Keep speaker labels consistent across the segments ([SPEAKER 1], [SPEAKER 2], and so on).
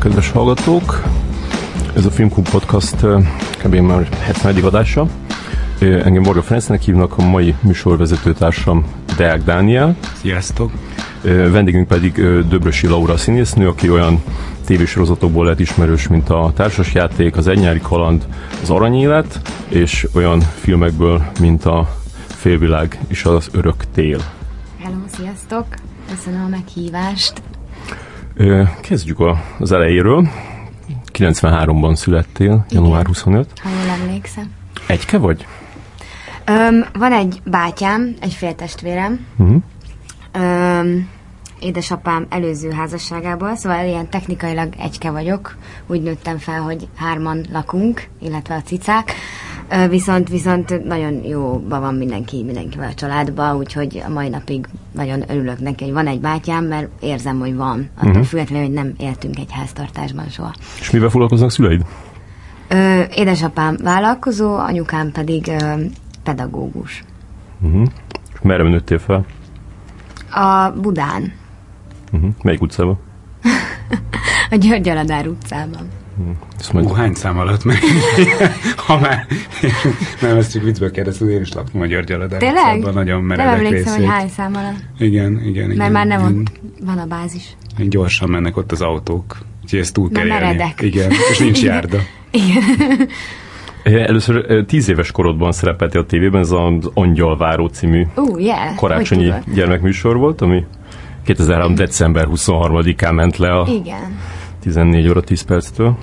[SPEAKER 1] kedves hallgatók! Ez a Filmklub Podcast kb. Már 70. adása. Engem Varga Ferencnek hívnak, a mai műsorvezetőtársam Deák Dániel.
[SPEAKER 2] Sziasztok!
[SPEAKER 1] Vendégünk pedig Döbrösi Laura színésznő, aki olyan tévésorozatokból lett ismerős, mint a Társasjáték, az Egy nyári kaland, az Aranyélet, és olyan filmekből, mint a Félvilág és az Örök tél.
[SPEAKER 3] Hello, sziasztok! Köszönöm a meghívást!
[SPEAKER 1] Kezdjük az elejéről. 93-ban születtél, január 25.
[SPEAKER 3] Ha jól emlékszem.
[SPEAKER 1] Egyke vagy?
[SPEAKER 3] Van egy bátyám, egy féltestvérem. Édesapám előző házasságából, szóval ilyen technikailag egyke vagyok. Úgy nőttem fel, hogy 3-an lakunk, illetve a cicák. Viszont nagyon jóban van mindenkivel a családban, úgyhogy a mai napig nagyon örülök neki, hogy van egy bátyám, mert érzem, hogy van. Attól függetlenül, hogy nem éltünk egy háztartásban soha.
[SPEAKER 1] És mivel foglalkoznak szüleid?
[SPEAKER 3] Édesapám vállalkozó, anyukám pedig pedagógus.
[SPEAKER 1] Merre nőttél fel?
[SPEAKER 3] A Budán.
[SPEAKER 1] Melyik utcában?
[SPEAKER 3] A György Aladár utcában.
[SPEAKER 2] Hány szám alatt meg? Ha már nem, ezt csak viccből kérdeztem, én is laktam a György Aladár utcában, nagyon meredek
[SPEAKER 3] részét. Nem emlékszem,
[SPEAKER 2] részét.
[SPEAKER 3] hogy hány szám alatt.
[SPEAKER 2] Igen.
[SPEAKER 3] Mert már nem ott van a bázis.
[SPEAKER 2] Gyorsan mennek ott az autók, úgyhogy ezt túl kell élni.
[SPEAKER 3] Meredek.
[SPEAKER 2] Igen, és nincs járda.
[SPEAKER 3] Igen.
[SPEAKER 1] Először 10 éves korodban szerepeltél a tévében, ez az Angyalváró című karácsonyi gyermekműsor volt, ami 2003. december 23-án ment le a 14 óra 10 perctől.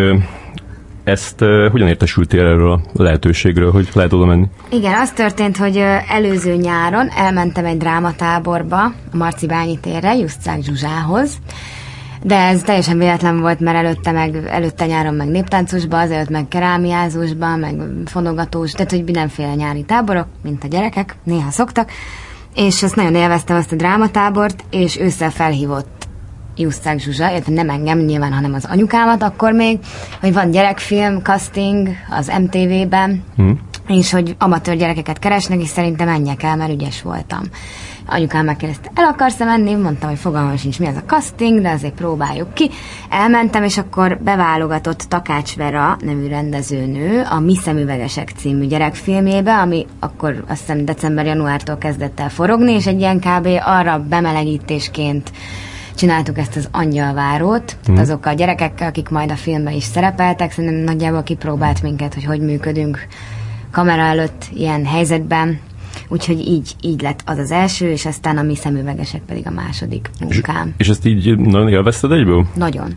[SPEAKER 1] Ezt hogyan értesültél erről a lehetőségről, hogy lehet oda menni?
[SPEAKER 3] Igen, az történt, hogy előző nyáron elmentem egy drámatáborba, a Marcibányi térre, Juszczák Zsuzsához, de ez teljesen véletlen volt, mert előtte nyáron meg néptáncosba, azelőtt meg kerámiázósba, meg fonogatós, tehát hogy mindenféle nyári táborok, mint a gyerekek, néha szoktak, és azt nagyon élveztem, azt a drámatábort, és ősszel felhívott Juszczák Zsuzsa, illetve nem engem nyilván, hanem az anyukámat akkor még, hogy van gyerekfilm, casting az MTV-ben, és hogy amatőr gyerekeket keresnek, és szerintem menjek el, mert ügyes voltam. Anyukám megkérdezte, el akarsz menni? Mondtam, hogy fogalmam sincs, mi az a casting, de azért próbáljuk ki. Elmentem, és akkor beválogatott Takács Vera nevű rendezőnő a Mi szemüvegesek című gyerekfilmjébe, ami akkor azt hiszem december-januártól kezdett el forogni, és egy ilyen kb. Arra bemelegítésként csináltuk ezt az Angyalvárót, tehát azokkal a gyerekekkel, akik majd a filmben is szerepeltek, szerintem nagyjából kipróbált minket, hogy működünk kamera előtt ilyen helyzetben. Úgyhogy így lett az első, és aztán a Mi szemüvegesek pedig a második munkám.
[SPEAKER 1] És ezt így nagyon élvezted egyből?
[SPEAKER 3] Nagyon.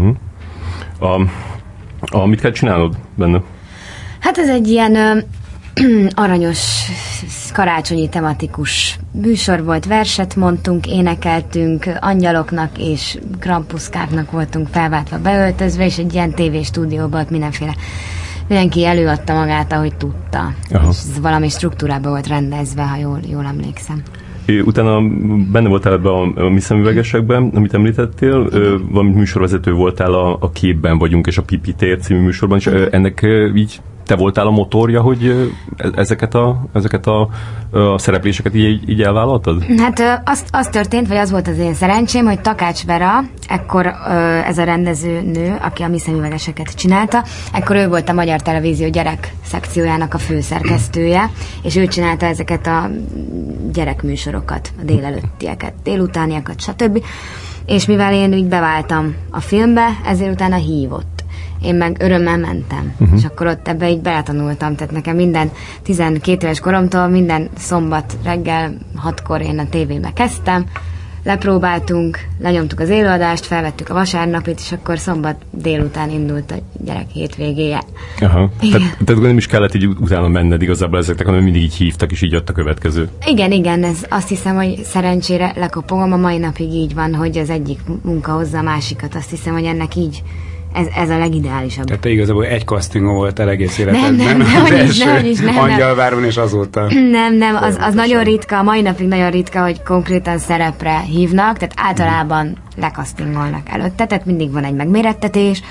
[SPEAKER 1] Mit kell csinálnod benne?
[SPEAKER 3] Hát ez egy ilyen aranyos, karácsonyi tematikus műsor volt, verset mondtunk, énekeltünk, angyaloknak és krampuszkáknak voltunk felváltva, beöltözve, és egy ilyen tévéstúdióban mindenki előadta magát, ahogy tudta. Aha. És ez valami struktúrában volt rendezve, ha jól emlékszem.
[SPEAKER 1] Utána benne voltál ebben a Mi szemüvegesekben, amit említettél, valamint műsorvezető voltál a Képben vagyunk és a Pipi tér című műsorban, és ennek így te voltál a motorja, hogy ezeket a szerepléseket így elvállaltad?
[SPEAKER 3] Hát az történt, vagy az volt az én szerencsém, hogy Takács Vera, ekkor ez a rendezőnő, aki a Mi szemüvegeseket csinálta, ekkor ő volt a Magyar Televízió gyerek szekciójának a főszerkesztője, és ő csinálta ezeket a gyerekműsorokat, a délelőttieket, délutániakat, stb. És mivel én úgy beváltam a filmbe, ezért utána hívott. Én meg örömmel mentem. És akkor ott ebbe így beletanultam. Tehát nekem minden 12 éves koromtól minden szombat reggel 6-kor én a tévébe kezdtem, lepróbáltunk, lenyomtuk az élőadást, felvettük a vasárnapit, és akkor szombat délután indult a gyerek hétvégéje.
[SPEAKER 1] Aha. Tehát nem is kellett így utána menned igazából ezeknek, hanem mindig így hívtak, és így jött a következő.
[SPEAKER 3] Igen, ez azt hiszem, hogy szerencsére lekopogom, a mai napig így van, hogy az egyik munka hozza a másikat. Azt hiszem, hogy ennek így ez a legideálisabb.
[SPEAKER 2] Tehát te igazából egy castingon voltál egész életedben.
[SPEAKER 3] Nem.
[SPEAKER 2] Angyalváron, és azóta.
[SPEAKER 3] Nem, az nagyon ritka, a mai napig nagyon ritka, hogy konkrétan szerepre hívnak, tehát általában lekasztingolnak előtte, tehát mindig van egy megmérettetés.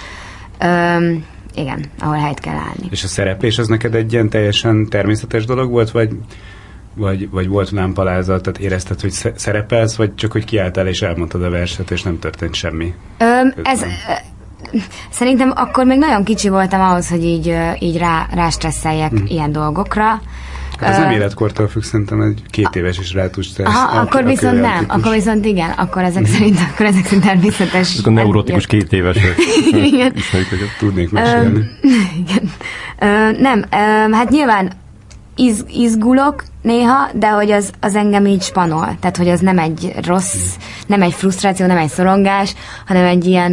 [SPEAKER 3] Igen, ahol helyt kell állni.
[SPEAKER 2] És a szereplés az neked egy ilyen teljesen természetes dolog volt, vagy volt lámpalázat, tehát érezted, hogy szerepelsz, vagy csak hogy kiálltál és elmondtad a verset, és nem történt semmi?
[SPEAKER 3] szerintem akkor még nagyon kicsi voltam ahhoz, hogy így rástresszeljek ilyen dolgokra.
[SPEAKER 2] Hát ez nem életkortól függ, szerintem egy 2 éves is rá tudsz
[SPEAKER 3] akkor viszont nem, akkor viszont igen, akkor ezek szerint természetes.
[SPEAKER 1] Ezek a neurotikus 2 évesek.
[SPEAKER 3] Igen.
[SPEAKER 2] Tudnék mesélni.
[SPEAKER 3] Igen. Nem, hát nyilván izgulok néha, de hogy az engem így spanol. Tehát, hogy az nem egy rossz, nem egy frusztráció, nem egy szorongás, hanem egy ilyen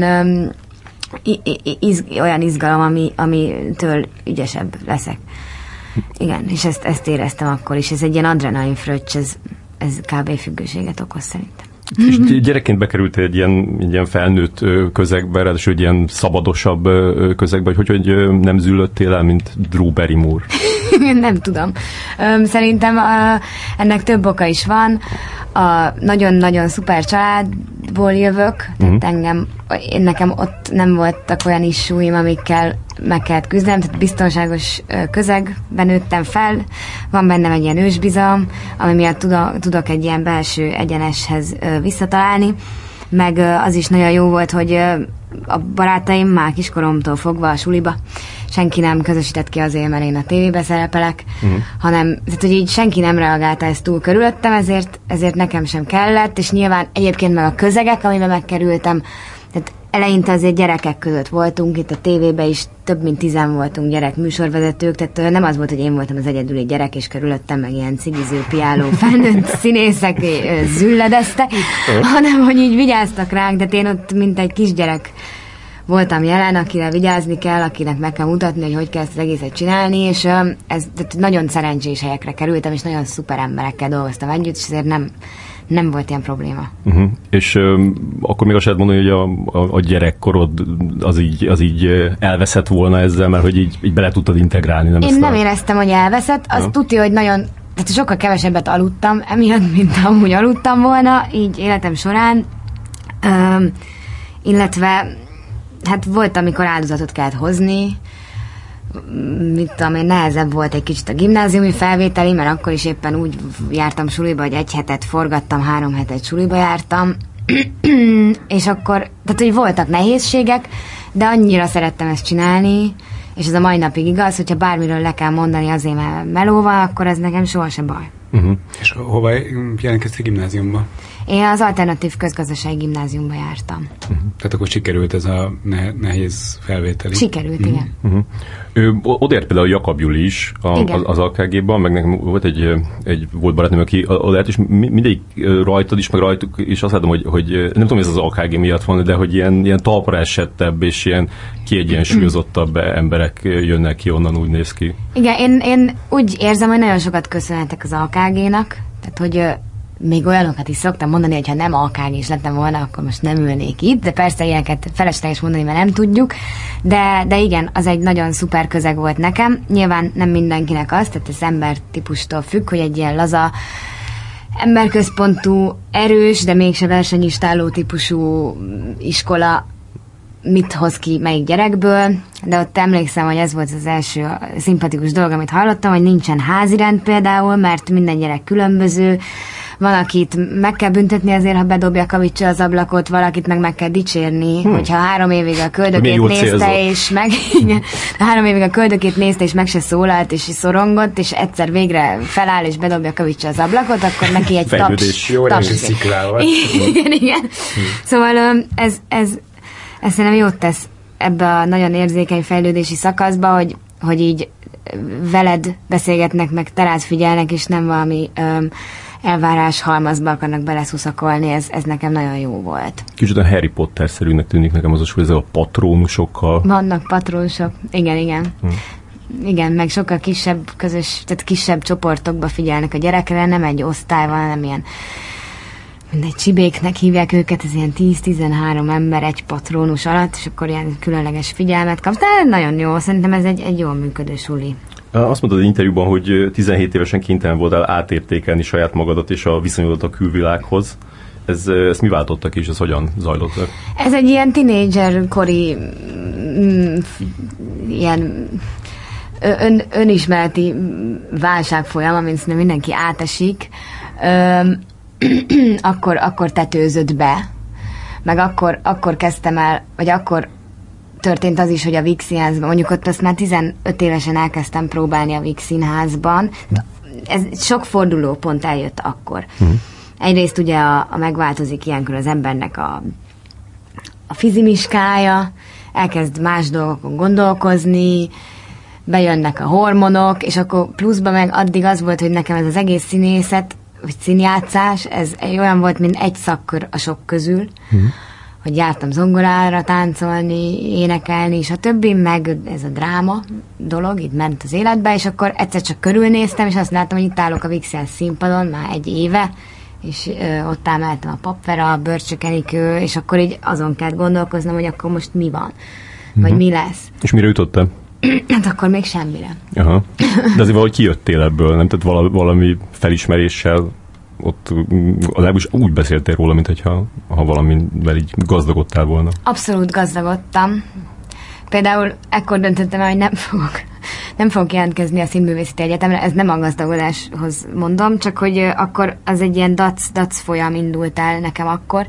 [SPEAKER 3] olyan izgalom, amitől ügyesebb leszek. Igen, és ezt éreztem akkor is. Ez egy ilyen adrenalin fröccs, ez kb. Függőséget okoz szerintem.
[SPEAKER 1] És gyerekként bekerült egy ilyen felnőtt közegbe, ráadásul egy ilyen szabadosabb közegbe, hogy nem züllöttél el, mint Drew Barrymore?
[SPEAKER 3] Nem tudom. Szerintem ennek több oka is van. Nagyon-nagyon szuper családból jövök, tehát nekem ott nem voltak olyan issúim, amikkel meg kellett küzdenem, tehát biztonságos közegben nőttem fel, van bennem egy ilyen ősbizalom, ami miatt tudok egy ilyen belső egyeneshez visszatalálni, meg az is nagyon jó volt, hogy a barátaim már kiskoromtól fogva a suliba senki nem közösített ki azért, mert én a tévébe szerepelek, hanem, tehát, hogy így senki nem reagálta ezt túl körülöttem, ezért nekem sem kellett, és nyilván egyébként meg a közegek, amiben megkerültem, tehát eleinte azért gyerekek között voltunk, itt a tévében is több mint 10 voltunk gyerek műsorvezetők, tehát nem az volt, hogy én voltam az egyedüli gyerek, és körülöttem meg ilyen cigiző, piáló, felnőtt színészek zülledeztek, hanem hogy így vigyáztak ránk, tehát én ott mint egy kisgyerek voltam jelen, akire vigyázni kell, akinek meg kell mutatni, hogy kell ezt az egészet csinálni, és tehát nagyon szerencsés helyekre kerültem, és nagyon szuper emberekkel dolgoztam együtt, és ezért nem volt ilyen probléma.
[SPEAKER 1] És akkor még azt lehet mondani, hogy a gyerekkorod az így elveszett volna ezzel, mert hogy így bele tudtad integrálni.
[SPEAKER 3] Én nem éreztem, hogy elveszett, azt tudja, hogy nagyon, tehát sokkal kevesebbet aludtam emiatt, mint amúgy aludtam volna, így életem során, illetve hát volt, amikor áldozatot kellett hozni, mit tudom én, nehezebb volt egy kicsit a gimnáziumi felvételi, mert akkor is éppen úgy jártam suliba, hogy 1 hetet forgattam, 3 hetet suliba jártam, és akkor, tehát hogy voltak nehézségek, de annyira szerettem ezt csinálni, és ez a mai napig igaz, hogyha bármiről le kell mondani azért, mert meló van, akkor ez nekem sohasem baj.
[SPEAKER 2] És hova jelentkeztél gimnáziumba?
[SPEAKER 3] Én az alternatív közgazdasági gimnáziumba jártam.
[SPEAKER 2] Tehát akkor sikerült ez a nehéz felvételi?
[SPEAKER 3] Sikerült, igen.
[SPEAKER 1] Odaért például Jakab Juli is az AKG-ban, meg nekem volt egy volt barátnőm, aki odaért, és mindig rajtad is, meg rajtuk is azt látom, hogy nem tudom, ez az AKG miatt van, de hogy ilyen talpra esettebb és ilyen kiegyensúlyozottabb emberek jönnek ki, onnan úgy néz ki.
[SPEAKER 3] Igen, én úgy érzem, hogy nagyon sokat köszönhetek az AKG-nak, tehát hogy még olyanokat is szoktam mondani, hogy ha nem AKG is lettem volna, akkor most nem ülnék itt, de persze ilyeneket felesleges mondani, mert nem tudjuk, de igen, az egy nagyon szuper közeg volt nekem. Nyilván nem mindenkinek az, tehát az embertípustól függ, hogy egy ilyen laza, emberközpontú, erős, de mégse versenyistáló típusú iskola mit hoz ki melyik gyerekből, de ott emlékszem, hogy ez volt az első szimpatikus dolog, amit hallottam, hogy nincsen házirend például, mert minden gyerek különböző, van, akit meg kell büntetni azért, ha bedobja kavicsa az ablakot, valakit meg kell dicsérni, hogyha 3 évig a köldökét nézte, és meg 3 évig a köldökét nézte, és meg se szólalt, és szorongott, és egyszer végre feláll, és bedobja kavicsa az ablakot, akkor neki egy taps. Igen. Szóval ez szerintem jót tesz ebbe a nagyon érzékeny fejlődési szakaszba, hogy így veled beszélgetnek, meg te rád figyelnek, és nem valami elvárás halmazba akarnak beleszuszakolni, ez nekem nagyon jó volt.
[SPEAKER 1] Kicsit a Harry Potter-szerűnek tűnik nekem az, hogy ezzel a patrónusokkal.
[SPEAKER 3] Vannak patrónusok, igen. Igen, meg sokkal kisebb tehát kisebb csoportokba figyelnek a gyerekre, nem egy osztály van, hanem ilyen mindegy csibéknek hívják őket, ez ilyen 10-13 ember egy patrónus alatt, és akkor ilyen különleges figyelmet kapsz. De nagyon jó, szerintem ez egy jól működő suli.
[SPEAKER 1] Azt mondtad az interjúban, hogy 17 évesen kénytelen voltál átértékelni saját magadat és a viszonyodat a külvilághoz. Ezt mi váltotta ki, és ez hogyan zajlott?
[SPEAKER 3] Ez egy ilyen tinédzserkori ilyen önismereti válságfolyam, amit szerintem mindenki átesik. Akkor tetőzött be, meg akkor kezdtem el, vagy akkor történt az is, hogy a Víg Színházban, mondjuk ott azt már 15 évesen elkezdtem próbálni a Víg Színházban. Ez sok fordulópont eljött akkor. Egyrészt ugye megváltozik ilyenkor az embernek a fizimiskája, elkezd más dolgokon gondolkozni, bejönnek a hormonok, és akkor pluszban meg addig az volt, hogy nekem ez az egész színészet, vagy színjátszás, ez olyan volt, mint egy szakkör a sok közül, hogy jártam zongorára táncolni, énekelni, és a többi, meg ez a dráma dolog, itt ment az életbe, és akkor egyszer csak körülnéztem, és azt láttam, hogy itt állok a Víg Színház színpadon már egy éve, és ott emeltem a Papvera, a Börcsök Enikő, és akkor így azon kellett gondolkoznom, hogy akkor most mi van, vagy mi lesz.
[SPEAKER 1] És mire jutottál?
[SPEAKER 3] Hát akkor még semmire.
[SPEAKER 1] Aha. De azért valahogy kijöttél ebből, nem? Tehát valami felismeréssel ott legalábbis úgy beszéltél róla, mintha valamivel így gazdagodtál volna.
[SPEAKER 3] Abszolút gazdagodtam. Például ekkor döntöttem el, hogy nem fogok jelentkezni a Színművészeti Egyetemre, ez nem a gazdagodáshoz mondom, csak hogy akkor az egy ilyen dac folyam indult el nekem akkor,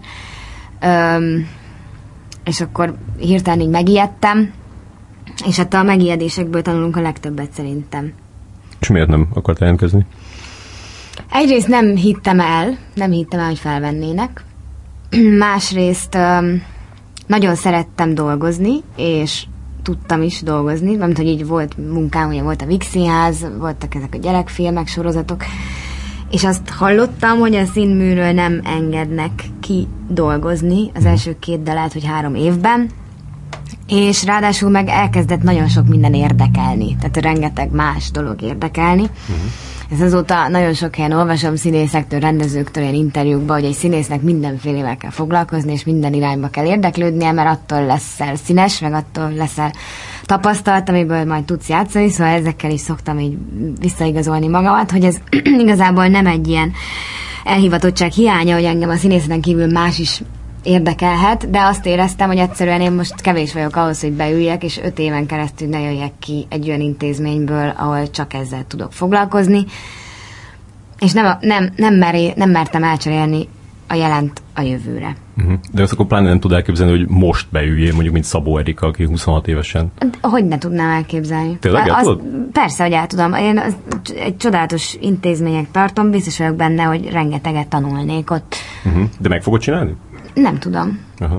[SPEAKER 3] és akkor hirtelen így megijedtem, és hát a megijedésekből tanulunk a legtöbbet szerintem.
[SPEAKER 1] És miért nem akart jelentkezni?
[SPEAKER 3] Egyrészt nem hittem el, hogy felvennének. Másrészt nagyon szerettem dolgozni, és tudtam is dolgozni, mert hogy így volt munkám, ugye volt a Víg Színház, voltak ezek a gyerekfilmek, sorozatok, és azt hallottam, hogy a színműről nem engednek ki dolgozni az első 2, de lehet, hogy 3 évben, és ráadásul meg elkezdett nagyon sok minden érdekelni, tehát rengeteg más dolog érdekelni. Ez azóta nagyon sok helyen olvasom színészektől, rendezőktől, ilyen interjúkban, hogy egy színésznek mindenfélével kell foglalkozni, és minden irányba kell érdeklődnie, mert attól leszel színes, meg attól leszel tapasztalt, amiből majd tudsz játszani, szóval ezekkel is szoktam így visszaigazolni magamat, hogy ez igazából nem egy ilyen elhivatottság hiánya, hogy engem a színészeten kívül más is érdekelhet, de azt éreztem, hogy egyszerűen én most kevés vagyok ahhoz, hogy beüljek, és 5 éven keresztül ne jöjjek ki egy olyan intézményből, ahol csak ezzel tudok foglalkozni, és nem mertem elcserélni a jelent a jövőre.
[SPEAKER 1] De azt akkor pláne nem tud elképzelni, hogy most beüljél, mondjuk, mint Szabó Erika, aki 26 évesen.
[SPEAKER 3] Hogy ne tudnám elképzelni?
[SPEAKER 1] Tényleg el tudod?
[SPEAKER 3] Persze, hogy el tudom. Én egy csodálatos intézmények tartom, biztos vagyok benne, hogy rengeteget tanulnék ott.
[SPEAKER 1] De meg fogod csinálni?
[SPEAKER 3] Nem tudom.
[SPEAKER 1] Aha.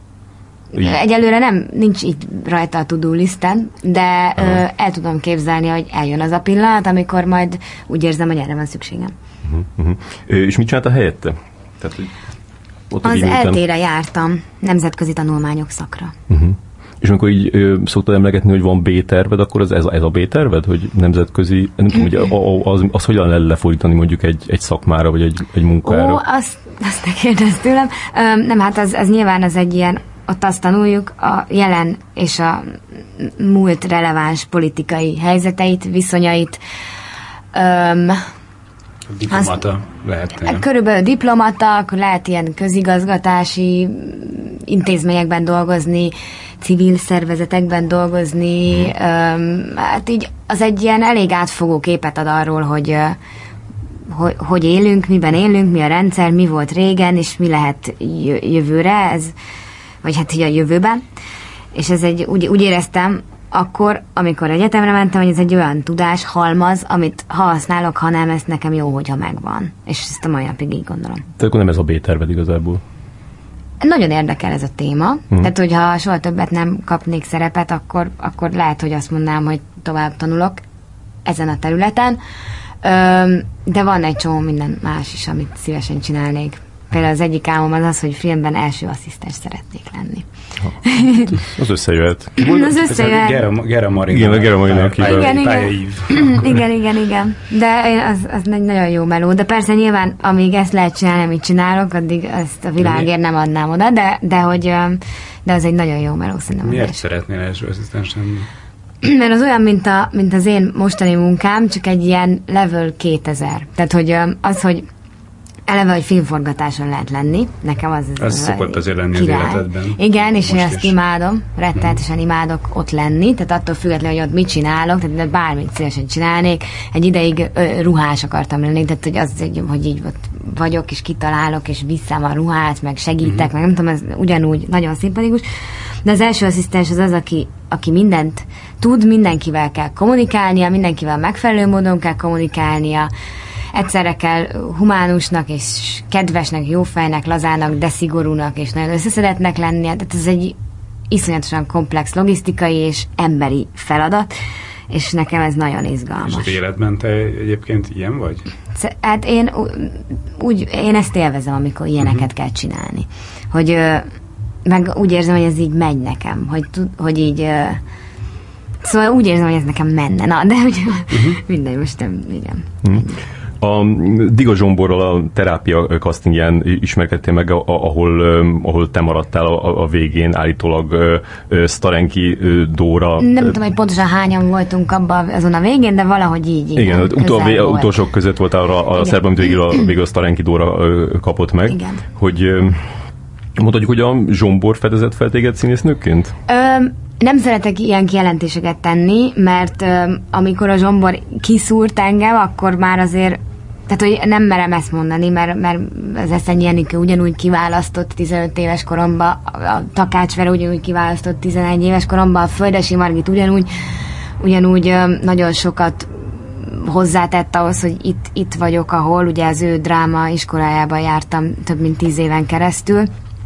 [SPEAKER 3] Egyelőre nincs itt rajta a to-do listen, de el tudom képzelni, hogy eljön az a pillanat, amikor majd úgy érzem, hogy erre van szükségem.
[SPEAKER 1] És mit csináltál helyette? Tehát,
[SPEAKER 3] az ELTE-re jártam, nemzetközi tanulmányok szakra.
[SPEAKER 1] És amikor így szoktad emlegetni, hogy van B-terved, akkor ez a B-terved, hogy nemzetközi, nem tudom, hogy az hogyan lehet lefordítani mondjuk egy szakmára, vagy egy munkára?
[SPEAKER 3] Azt te kérdezz tőlem. Nem, hát az nyilván az egy ilyen, ott azt tanuljuk, a jelen és a múlt releváns politikai helyzeteit, viszonyait.
[SPEAKER 2] Diplomata lehet.
[SPEAKER 3] Körülbelül diplomata, akkor lehet ilyen közigazgatási intézményekben dolgozni, civil szervezetekben dolgozni, hát így az egy ilyen elég átfogó képet ad arról, hogy élünk, miben élünk, mi a rendszer, mi volt régen, és mi lehet jövőre, vagy hát így a jövőben. És ez úgy éreztem akkor, amikor egyetemre mentem, hogy ez egy olyan tudáshalmaz, amit ha használok, ha nem, ez nekem jó, hogyha megvan. És ezt a mai napig így gondolom.
[SPEAKER 1] Tehát akkor nem ez a B-terved igazából?
[SPEAKER 3] Nagyon érdekel ez a téma. Tehát, hogyha soha többet nem kapnék szerepet, akkor lehet, hogy azt mondanám, hogy tovább tanulok ezen a területen. De van egy csomó minden más is, amit szívesen csinálnék. Például az egyik álmom az, hogy filmben első asszisztens szeretnék lenni.
[SPEAKER 1] Az összejöhet.
[SPEAKER 3] Az összejöhet.
[SPEAKER 2] Gera Marina.
[SPEAKER 1] Igen, Gera Marina.
[SPEAKER 3] Igen. De az egy nagyon jó meló. De persze nyilván, amíg ezt lehet csinálni, amit csinálok, addig ezt a világért nem adnám oda, de az egy nagyon jó meló szerintem.
[SPEAKER 2] Miért szeretnél első asszisztens lenni?
[SPEAKER 3] Mert az olyan, mint az én mostani munkám, csak egy ilyen level 2000. Tehát, hogy eleve, hogy filmforgatáson lehet lenni. Nekem az
[SPEAKER 2] szokott azért lenni király. Az életedben.
[SPEAKER 3] Igen, és én ezt imádom. Rettenetesen imádok ott lenni. Tehát attól függetlenül, hogy ott mit csinálok, tehát bármit szívesen csinálnék. Egy ideig ruhás akartam lenni, tehát hogy így ott vagyok, és kitalálok, és viszem a ruhát, meg segítek, meg nem tudom, ez ugyanúgy nagyon szimpatikus. De az első asszisztens az, aki mindent tud, mindenkivel kell kommunikálnia, mindenkivel megfelelő módon kell kommunikálnia, egyszerre kell humánusnak és kedvesnek, jófejnek, lazának, de szigorúnak és nagyon összeszedetnek lennie. Tehát ez egy iszonyatosan komplex logisztikai és emberi feladat, és nekem ez nagyon izgalmas.
[SPEAKER 2] És az életben te egyébként ilyen vagy?
[SPEAKER 3] Hát én ezt élvezem, amikor ilyeneket kell csinálni. Hogy meg úgy érzem, hogy ez így megy nekem, hogy így szóval úgy érzem, hogy ez nekem menne. Na, de hogy mindegy, most nem, igen.
[SPEAKER 1] A Diga Zsomborral a terápia castingján ismerkedtél meg, ahol te maradtál a végén, állítólag Sztarenki Dóra.
[SPEAKER 3] Nem tudom, hogy pontosan hányan voltunk abban azon a végén, de valahogy így.
[SPEAKER 1] Igen, utolsók között volt arra a szerb, amit végül a Sztarenki Dóra kapott meg.
[SPEAKER 3] Igen.
[SPEAKER 1] Hogy mondhatjuk, hogy a Zsombor fedezett fel téged színésznőként?
[SPEAKER 3] Nem szeretek ilyen kijelentéseket tenni, mert amikor a Zsombor kiszúrt engem, akkor már azért, tehát hogy nem merem ezt mondani, mert az Eszenyi Enikő ugyanúgy kiválasztott 15 éves koromban, a Takács Vera ugyanúgy kiválasztott 11 éves koromban, a Földesi Margit ugyanúgy nagyon sokat hozzátett ahhoz, hogy itt vagyok, ahol ugye az ő dráma iskolájában jártam több mint 10 éven keresztül.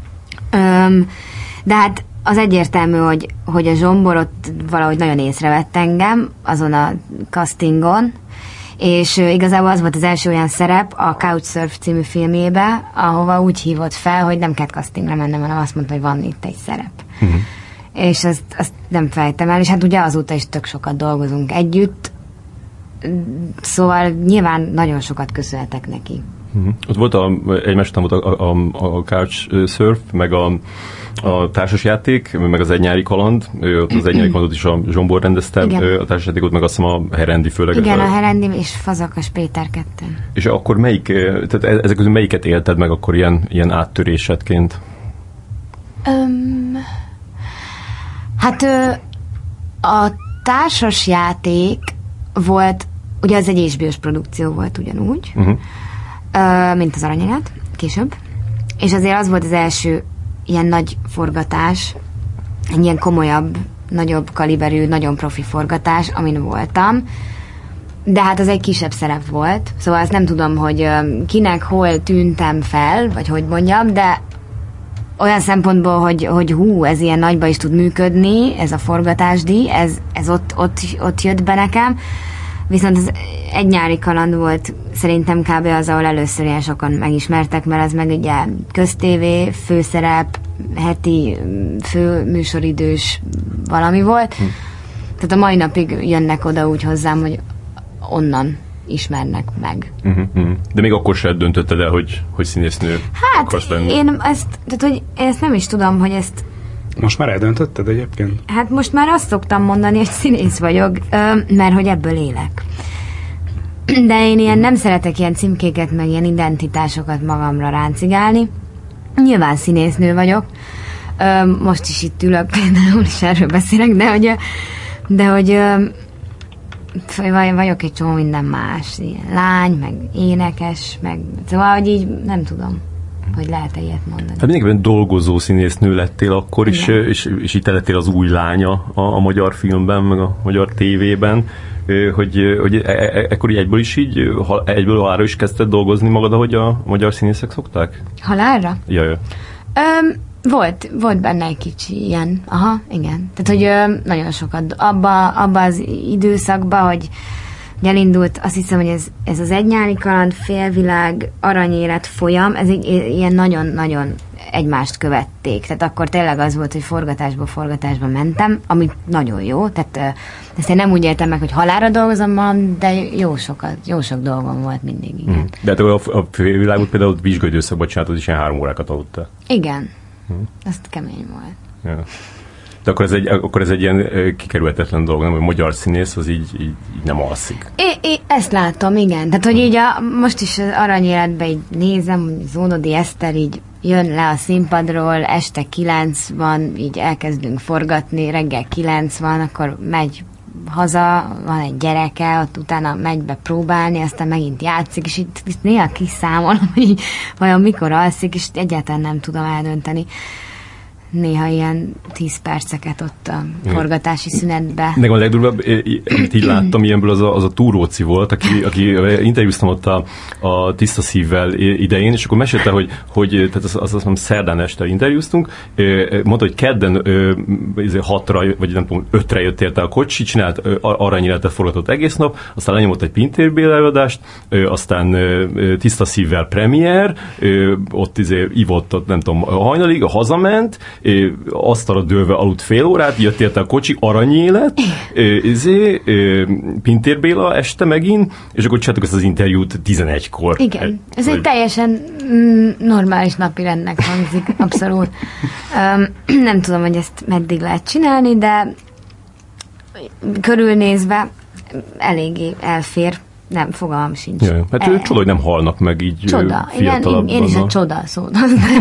[SPEAKER 3] De hát az egyértelmű, hogy a Zsombor ott valahogy nagyon észrevett engem azon a castingon, és igazából az volt az első olyan szerep a Couchsurf című filmjébe, ahova úgy hívott fel, hogy nem kell castingra mennem, hanem azt mondta, hogy van itt egy szerep. És azt nem fejtem el, és hát ugye azóta is tök sokat dolgozunk együtt, szóval nyilván nagyon sokat köszönhetek neki.
[SPEAKER 1] Ott volt egymás után volt a Couchsurf, meg a társasjáték, meg az Egy nyári kaland. Ott az Egy nyári kalandot is a Zsombor rendezte, a társasjátékot meg azt hiszem a Herendi főleg.
[SPEAKER 3] Igen, a Herendi és Fazakas Péter ketten.
[SPEAKER 1] És akkor tehát ezek közül melyiket élted meg akkor ilyen áttörésedként?
[SPEAKER 3] Hát a társasjáték volt, ugye az egy HBO-s produkció volt ugyanúgy, mint az Aranyélet, később. És azért az volt az első ilyen nagy forgatás, egy ilyen komolyabb, nagyobb kaliberű, nagyon profi forgatás, amin voltam. De hát az egy kisebb szerep volt, szóval azt nem tudom, hogy kinek hol tűntem fel, vagy hogy mondjam, de olyan szempontból, hogy ez ilyen nagyba is tud működni, ez a forgatásdíj, ez ott jött be nekem. Viszont az Egy nyári kaland volt szerintem kb. Az, ahol először ilyen sokan megismertek, mert az meg ugye köztévé, főszerep, heti főműsoridős valami volt. Tehát a mai napig jönnek oda úgy hozzám, hogy onnan ismernek meg.
[SPEAKER 1] De még akkor sem döntötted el, hogy színésznő akarsz lenni?
[SPEAKER 3] Én ezt nem is tudom, hogy ezt
[SPEAKER 2] most már eldöntötted egyébként?
[SPEAKER 3] Hát most már azt szoktam mondani, hogy színész vagyok, mert hogy ebből élek. De én nem szeretek ilyen címkéket, meg ilyen identitásokat magamra ráncigálni. Nyilván színésznő vagyok. Most is itt ülök, például is erről beszélek, de hogy vagyok egy csomó minden más. Ilyen lány, meg énekes, meg szóval, hogy így nem tudom, hogy lehet-e ilyet mondani. Hát
[SPEAKER 1] mindenképpen dolgozó színésznő lettél akkor, és itt lettél az új lánya a magyar filmben, meg a magyar tévében, hogy ekkor egyből is egyből halálra is kezdted dolgozni magad, ahogy a magyar színészek szokták?
[SPEAKER 3] Halálra?
[SPEAKER 1] Jaj.
[SPEAKER 3] Volt benne egy kicsi ilyen. Aha, igen. Tehát, hogy nagyon sokat abba az időszakban, hogy elindult, azt hiszem, hogy ez az Egy nyári kaland, Félvilág, Aranyélet folyam, ez ilyen nagyon-nagyon egymást követték. Tehát akkor tényleg az volt, hogy forgatásba mentem, ami nagyon jó. Tehát ezt én nem úgy éltem meg, hogy halálra dolgozom, de jó sok dolgom volt mindig, igen.
[SPEAKER 1] De hát a Félvilágot például vizsgaidőszakban csináltad, és ilyen 3 órákat aludtál.
[SPEAKER 3] Igen. Azt kemény volt.
[SPEAKER 1] Ja. De akkor ez egy ilyen kikerülhetetlen dolog, nem? Hogy magyar színész az így nem alszik.
[SPEAKER 3] Ezt látom, igen. Tehát, hogy így most is az Aranyéletben így nézem, hogy Zónodi Eszter így jön le a színpadról, este 9 van, így elkezdünk forgatni, reggel 9 van, akkor megy haza, van egy gyereke, ott utána megy be próbálni, aztán megint játszik, és itt néha kiszámolom, hogy vajon mikor alszik, és egyáltalán nem tudom eldönteni. néha ilyen 10 perceket ott a forgatási szünetbe.
[SPEAKER 1] Nekem a legdurvább, amit így láttam ilyenből, az a Túróci volt, aki interjúztam ott a Tiszta Szívvel idején, és akkor mesélte, hogy tehát azt mondom, szerdán este interjúztunk, mondta, hogy kedden 6-ra, vagy nem tudom, 5-re jött érte a kocsi, csinált aranyéletet forgatott egész nap, aztán lenyomott egy Pintér Béla előadást, aztán Tiszta Szívvel premier, ott ivott, ott nem tudom, hajnalig, hazament, asztalra dőlve aludt fél órát, jött érte a kocsi, aranyélet, Pintér Béla este megint, és akkor csináltuk ezt az interjút 11-kor.
[SPEAKER 3] Igen, ez egy teljesen normális napi rendnek hangzik, abszolút. Nem tudom, hogy ezt meddig lehet csinálni, de körülnézve eléggé elfér. Nem, fogalmam sincs.
[SPEAKER 1] Jaj, hát csoda, hogy nem halnak meg így fiatalabban.
[SPEAKER 3] Én is a csoda szót.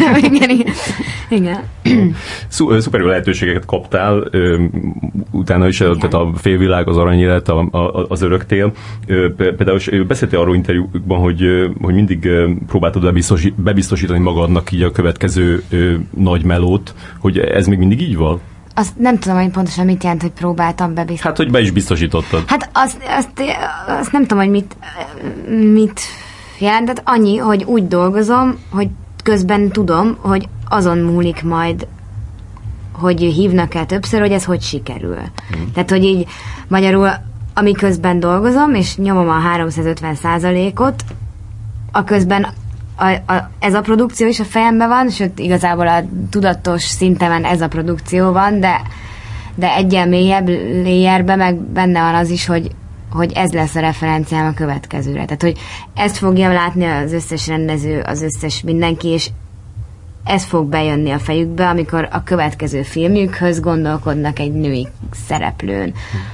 [SPEAKER 3] Igen.
[SPEAKER 1] Szuper lehetőségeket kaptál, utána is tehát a Félvilág, az Aranyélet, az Öröktél. Például beszéltél arról interjúkban, hogy mindig próbáltad bebiztosítani magadnak így a következő nagy melót, hogy ez még mindig így van?
[SPEAKER 3] Azt nem tudom, hogy pontosan mit jelent, hogy próbáltam bebiztosítani.
[SPEAKER 1] Hát, hogy be is biztosítottad.
[SPEAKER 3] Hát azt nem tudom, hogy mit jelentett. Annyi, hogy úgy dolgozom, hogy közben tudom, hogy azon múlik majd, hogy hívnak el többször, hogy ez hogy sikerül. Tehát, hogy így magyarul, amiközben dolgozom, és nyomom a 350%-ot, a közben ez a produkció is a fejemben van, sőt, igazából a tudatos szintemen ez a produkció van, de egyen mélyebb layerben meg benne van az is, hogy ez lesz a referenciám a következőre. Tehát, hogy ezt fogja látni az összes rendező, az összes mindenki, és ez fog bejönni a fejükbe, amikor a következő filmjükhöz gondolkodnak egy női szereplőn.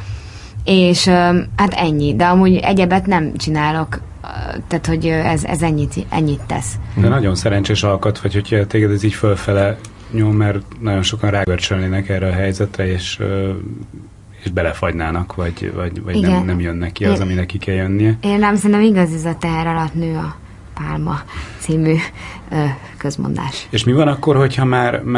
[SPEAKER 3] És hát ennyi. De amúgy egyebet nem csinálok, tehát, hogy ez ennyit tesz.
[SPEAKER 2] De nagyon szerencsés alkat, vagy hogyha téged ez így fölfele nyom, mert nagyon sokan rágörcsölnének erre a helyzetre, és belefagynának, vagy nem jönnek ki az, ami neki kell jönnie.
[SPEAKER 3] Én nem szerintem igaz, ez a teher alatt nő a pálma című közmondás.
[SPEAKER 2] És mi van akkor, hogyha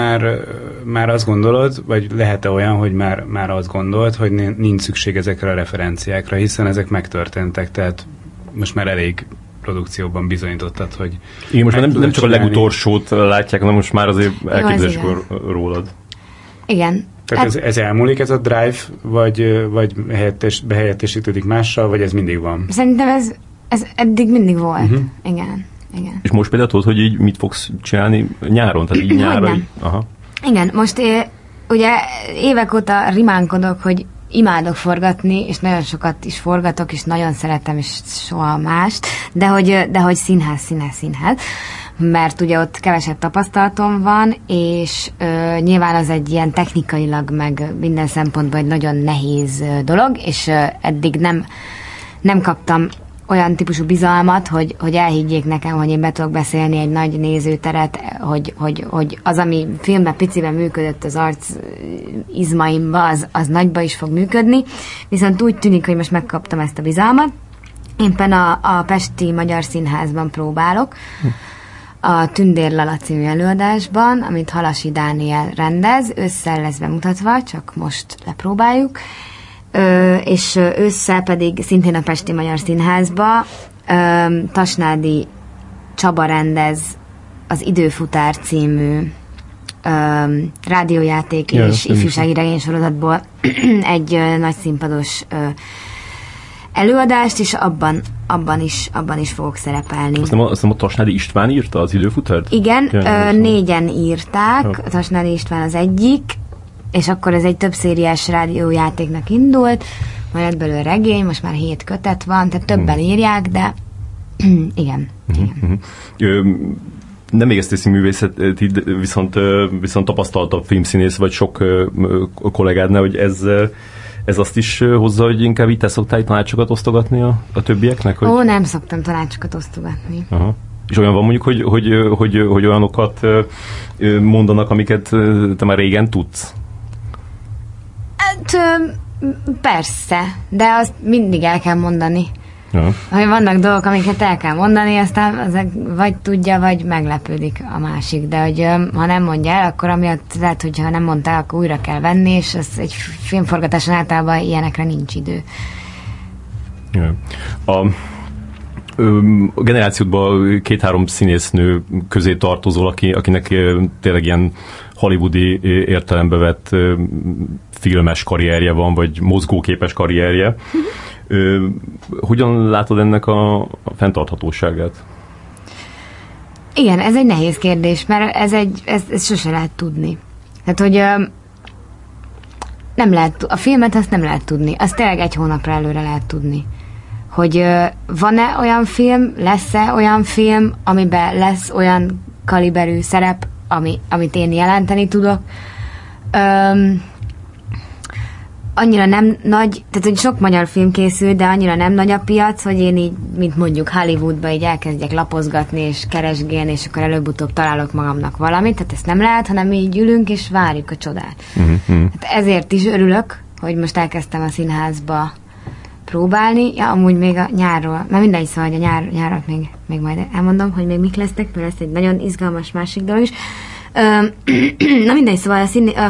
[SPEAKER 2] már azt gondolod, vagy lehet-e olyan, hogy már azt gondolod, hogy nincs szükség ezekre a referenciákra, hiszen ezek megtörténtek, tehát most már elég produkcióban bizonyítottad, hogy...
[SPEAKER 1] Igen, most már nem csak a legutolsót látják, hanem most már azért elképzeléskor rólad.
[SPEAKER 3] Igen.
[SPEAKER 2] Tehát ez elmúlik, ez a drive, vagy behelyettesítődik mással, vagy ez mindig van?
[SPEAKER 3] Szerintem ez eddig mindig volt. Igen.
[SPEAKER 1] És most például tudod, hogy így mit fogsz csinálni nyáron? Tehát így nyára? Aha.
[SPEAKER 3] Igen, most ugye évek óta rimánkodok, hogy imádok forgatni, és nagyon sokat is forgatok, és nagyon szeretem, és soha mást, de hogy színház. Mert ugye ott kevesebb tapasztalatom van, és nyilván az egy ilyen technikailag, meg minden szempontból egy nagyon nehéz dolog, és eddig nem kaptam olyan típusú bizalmat, hogy elhiggyék nekem, hogy én be tudok beszélni egy nagy nézőteret, hogy az, ami filmben piciben működött az arc izmaimba, az nagyba is fog működni. Viszont úgy tűnik, hogy most megkaptam ezt a bizalmat. Éppen a Pesti Magyar Színházban próbálok, a Tündér Lala című előadásban, amit Halasi Dániel rendez, ősszel lesz bemutatva, csak most lepróbáljuk, és ősszel pedig szintén a Pesti Magyar Színházba Tasnádi Csaba rendez az Időfutár című rádiójáték és ifjúsági regénysorozatból egy nagy színpados előadást, és abban is fogok szerepelni.
[SPEAKER 1] Azt nem a Tasnádi István írta az Időfutárt?
[SPEAKER 3] Igen, négyen írták, a Tasnádi István az egyik, és akkor ez egy több szériás rádiójátéknak indult, majd lett belőle regény, most már 7 kötet van, tehát többen írják, de igen.
[SPEAKER 1] Nem végeztél színművészet, viszont tapasztaltabb filmszínész vagy sok kollégádnál, hogy ez azt is hozza, hogy inkább így te szoktál tanácsokat osztogatni a többieknek? Hogy...
[SPEAKER 3] nem szoktam tanácsokat osztogatni.
[SPEAKER 1] Aha. És olyan van mondjuk, hogy olyanokat mondanak, amiket te már régen tudsz?
[SPEAKER 3] Hát, persze, de azt mindig el kell mondani.
[SPEAKER 1] Ja.
[SPEAKER 3] Hogy vannak dolgok, amiket el kell mondani, aztán azek vagy tudja, vagy meglepődik a másik, de hogy ha nem mondja el, akkor amiatt lehet, hogy ha nem mondta el, akkor újra kell venni, és ez egy filmforgatáson általában ilyenekre nincs idő.
[SPEAKER 1] Ja. A generációdban 2-3 színésznő közé tartozol, akinek tényleg ilyen hollywoodi értelembe vett filmes karrierje van, vagy mozgóképes karrierje. Hogyan látod ennek a fenntarthatóságát?
[SPEAKER 3] Igen, ez egy nehéz kérdés, mert ez sose lehet tudni. Tehát, hogy nem lehet, a filmet azt nem lehet tudni. Azt tényleg egy hónapra előre lehet tudni. Hogy van-e olyan film, lesz-e olyan film, amiben lesz olyan kaliberű szerep, amit én jelenteni tudok. Annyira nem nagy, tehát hogy sok magyar film készül, de annyira nem nagy a piac, hogy én így, mint mondjuk Hollywoodba így elkezdjek lapozgatni és keresgélni, és akkor előbb-utóbb találok magamnak valamit, tehát ezt nem lehet, hanem így ülünk és várjuk a csodát. Hát ezért is örülök, hogy most elkezdtem a színházba próbálni. Ja, amúgy még a nyárról, mert mindegy, szóval, hogy a nyárat még majd elmondom, hogy még mik lesznek, mert lesz egy nagyon izgalmas másik dolog is. Na mindegy, szóval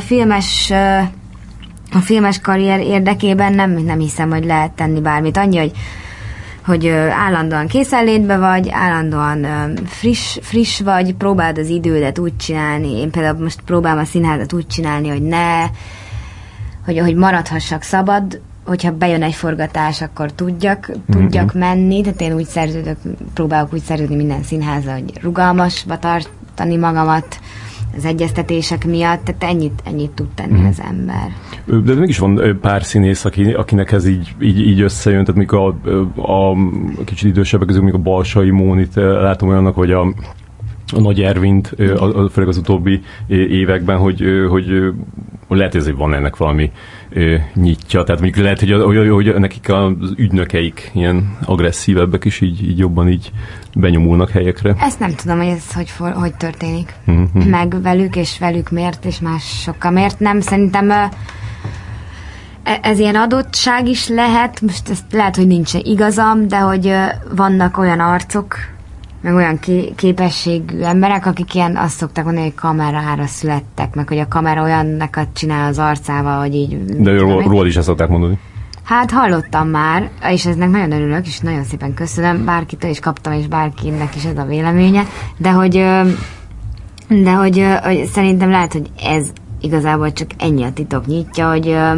[SPEAKER 3] a filmes karrier érdekében nem hiszem, hogy lehet tenni bármit. Annyi, hogy állandóan készenlétbe vagy, állandóan friss vagy, próbáld az idődet úgy csinálni. Én például most próbálom a színházat úgy csinálni, hogy maradhassak szabad, hogyha bejön egy forgatás, akkor tudjak menni, tehát én próbálok úgy szerződni minden színházra, hogy rugalmasba tartani magamat az egyeztetések miatt, tehát ennyit tud tenni az ember.
[SPEAKER 1] De mégis van pár színész, akinek ez így összejön, tehát mikor a kicsit idősebbek közül, mikor a Balsai Mónit látom olyannak, vagy a Nagy Ervint, főleg az utóbbi években, hogy lehet, hogy van ennek valami nyitja, tehát mondjuk lehet, hogy nekik az ügynökeik ilyen agresszívebbek is így jobban így benyomulnak helyekre.
[SPEAKER 3] Ezt nem tudom, hogy ez hogy történik. Meg velük, és velük miért, és másokkal miért nem. Szerintem ez ilyen adottság is lehet, most ezt lehet, hogy nincs igazam, de hogy vannak olyan arcok, meg olyan képességű emberek, akik ilyen azt szokták mondani, hogy kamerára születtek, meg hogy a kamera olyannekat csinál az arcával, hogy így...
[SPEAKER 1] De róla is ezt szokták mondani.
[SPEAKER 3] Hát hallottam már, és eznek nagyon örülök, és nagyon szépen köszönöm, bárkitől is kaptam, és bárkinek is ez a véleménye, de hogy szerintem lehet, hogy ez igazából csak ennyi a titok nyitja,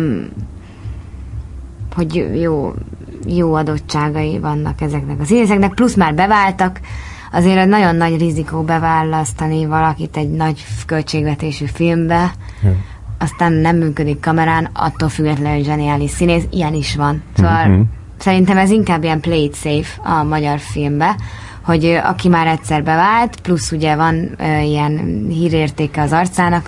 [SPEAKER 3] hogy jó adottságai vannak ezeknek a színészeknek, plusz már beváltak, azért nagyon nagy rizikó beválasztani valakit egy nagy költségvetésű filmbe, aztán nem működik kamerán, attól függetlenül zseniális színész, ilyen is van. Szóval szerintem ez inkább ilyen play it safe a magyar filmbe, hogy aki már egyszer bevált, plusz ugye van ilyen hírértéke az arcának,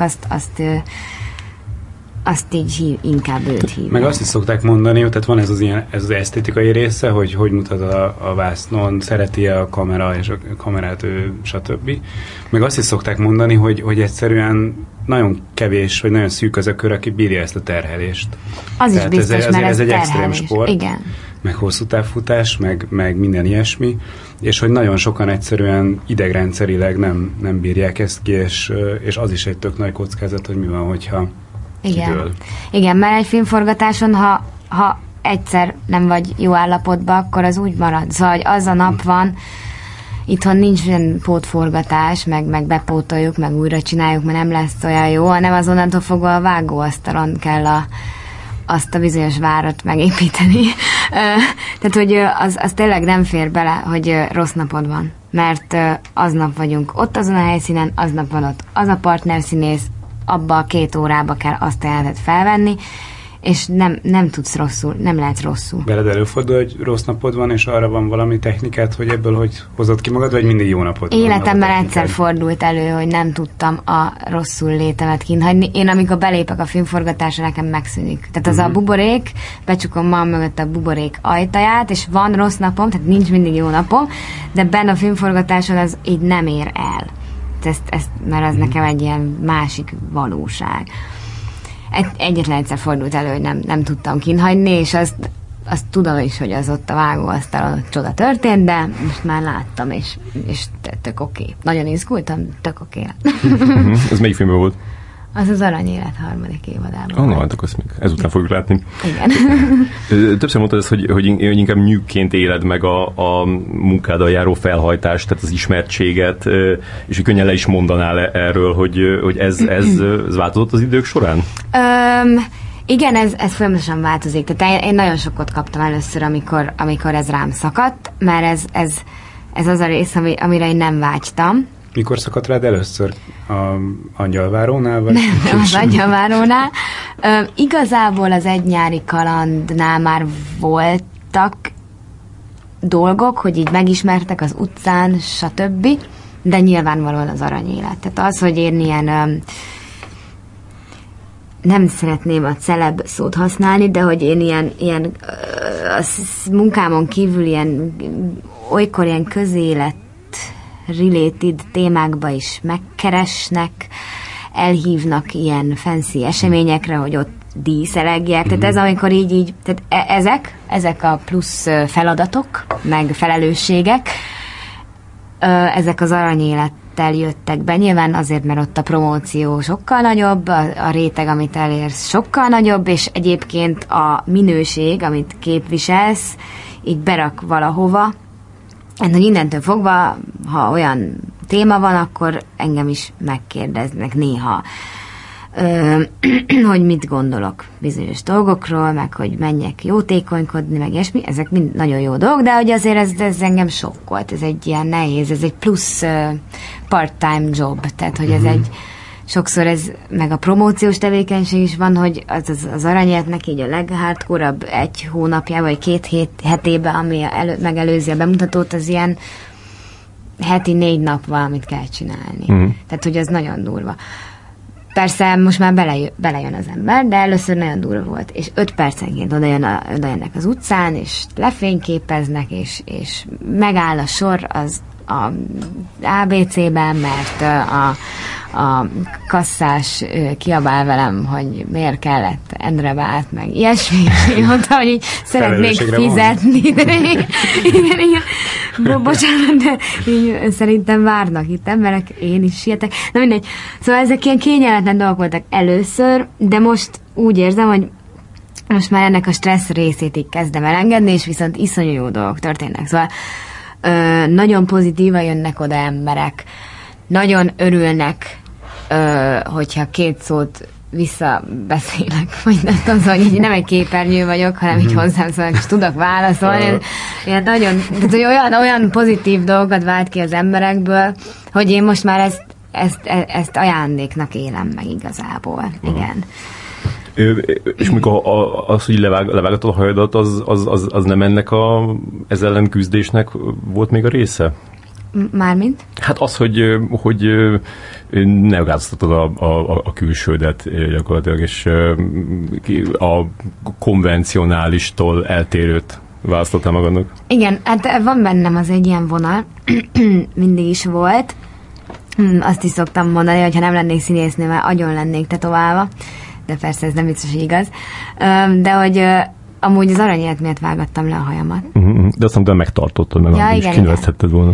[SPEAKER 3] azt így inkább őt hívják.
[SPEAKER 2] Meg azt is szokták mondani, tehát van ez az esztétikai része, hogy mutat a vásznon, szereti a kamera és a kamerát ő, stb. Meg azt is szokták mondani, hogy egyszerűen nagyon kevés, vagy nagyon szűk az a kör, aki bírja ezt a terhelést.
[SPEAKER 3] Az tehát is biztos, mert
[SPEAKER 2] ez egy extrém sport.
[SPEAKER 3] Igen.
[SPEAKER 2] Meg hosszú távfutás, meg minden ilyesmi, és hogy nagyon sokan egyszerűen idegrendszerileg nem bírják ezt ki, és az is egy tök nagy kockázat, hogy mi van, hogyha
[SPEAKER 3] Igen, mert egy filmforgatáson, ha egyszer nem vagy jó állapotban, akkor az úgy marad. Szóval, hogy az a nap van, itthon nincs olyan pótforgatás, meg bepótoljuk, meg újra csináljuk, mert nem lesz olyan jó, hanem azonnantól fogva a vágóasztalon kell azt a bizonyos várat megépíteni. Tehát, hogy az tényleg nem fér bele, hogy rossz napod van. Mert aznap vagyunk ott azon a helyszínen, aznap van ott az a partnerszínész, abba a 2 órába kell azt a jelenetet felvenni, és nem tudsz rosszul, nem lehetsz rosszul.
[SPEAKER 2] Veled előfordul, hogy rossz napod van, és arra van valami technikát, hogy ebből hogy hozod ki magad, vagy mindig jó napod van?
[SPEAKER 3] Életemben egyszer fordult elő, hogy nem tudtam a rosszul létemet kínhagyni. Én amikor belépek a filmforgatásra, nekem megszűnik. Tehát az a buborék, becsukom magam mögött a buborék ajtaját, és van rossz napom, tehát nincs mindig jó napom, de benne a filmforgatáson az így nem ér el. Mert az nekem egy ilyen másik valóság. Egyetlen egyszer fordult elő, hogy nem tudtam kínhagyni, és azt tudom is, hogy az ott a vágóasztalon csoda történt, de most már láttam, és tök oké. Nagyon izgultam, tök oké.
[SPEAKER 1] Ez melyik filmben volt?
[SPEAKER 3] Az Aranyélet harmadik évadában.
[SPEAKER 1] Na, hát akkor ezt még ezután fogjuk látni.
[SPEAKER 3] Igen.
[SPEAKER 1] Többször mondtad ezt, hogy inkább nyűgként éled meg a munkáddal járó felhajtást, tehát az ismertséget, és hogy könnyen le is mondanál erről, hogy ez változott az idők során?
[SPEAKER 3] Igen, ez folyamatosan változik. Tehát én nagyon sokat kaptam először, amikor ez rám szakadt, mert ez az a rész, amire én nem vágytam.
[SPEAKER 2] Mikor szakadt rád először? A Angyalvárónál? Vagy
[SPEAKER 3] nem az Angyalvárónál. Igazából az Egy nyári kalandnál már voltak dolgok, hogy így megismertek az utcán, stb., de nyilvánvalóan az Aranyélet. Tehát az, hogy én ilyen nem szeretném a celeb szót használni, de hogy én ilyen a munkámon kívül olykor ilyen közélet related témákba is megkeresnek, elhívnak ilyen fancy eseményekre, hogy ott díszelegjek. Tehát ez amikor így tehát ezek a plusz feladatok, meg felelősségek, ezek az Aranyélettel jöttek be. Nyilván azért, mert ott a promóció sokkal nagyobb, a réteg, amit elérsz, sokkal nagyobb, és egyébként a minőség, amit képviselsz, így berak valahova. Hát, hogy innentől fogva, ha olyan téma van, akkor engem is megkérdeznek néha, hogy mit gondolok bizonyos dolgokról, meg hogy menjek jótékonykodni, meg ilyesmi. Ezek mind nagyon jó dolgok, de hogy azért ez engem sokkolt. Ez egy ilyen nehéz, ez egy plusz part-time job. Tehát, hogy ez egy sokszor ez, meg a promóciós tevékenység is van, hogy az Aranyéletnek így a leghardcore-abb egy hónapjában, vagy 2 hetében, ami megelőzi a bemutatót, az ilyen heti 4 nap valamit kell csinálni. Tehát, hogy ez nagyon durva. Persze most már belejön az ember, de először nagyon durva volt. És 5 percenként odajönnek az utcán, és lefényképeznek, és megáll a sor az a ABC-ben, mert a kasszás kiabál velem, hogy miért kellett Endre vált, meg ilyesmi, mondta, hogy így szeretnék fizetni. Igen. Bocsánat, de így szerintem várnak itt emberek, én is sietek. Na mindegy. Szóval ezek ilyen kényelmetlen dolgok voltak először, de most úgy érzem, hogy most már ennek a stressz részét így kezdem elengedni, és viszont iszonyú jó dolgok történnek. Szóval nagyon pozitívan jönnek oda emberek, nagyon örülnek, hogyha 2 szót visszabeszélek, vagy nem tudom, szóval, hogy nem egy képernyő vagyok, hanem így hozzám szólnak, és tudok válaszolni. Ilyen nagyon, olyan pozitív dolgokat vált ki az emberekből, hogy én most már ezt ajándéknak élem meg igazából. Igen.
[SPEAKER 1] És mikor az, hogy levágatod a hajadat, az nem ennek ez ellen küzdésnek volt még a része?
[SPEAKER 3] Mármint?
[SPEAKER 1] Hát az, hogy ne változtatod a külsődet gyakorlatilag, és a konvencionálistól eltérőt választottál magadnak.
[SPEAKER 3] Igen, hát van bennem az egy ilyen vonal, mindig is volt. Azt is szoktam mondani, hogy ha nem lennék színésznő, már agyon lennék tetoválva, de persze ez nem biztos, hogy igaz. De hogy amúgy az Aranyélet miatt vágattam le a hajamat.
[SPEAKER 1] De azt mondtam, megtartottad meg, és kinöveszthetted volna.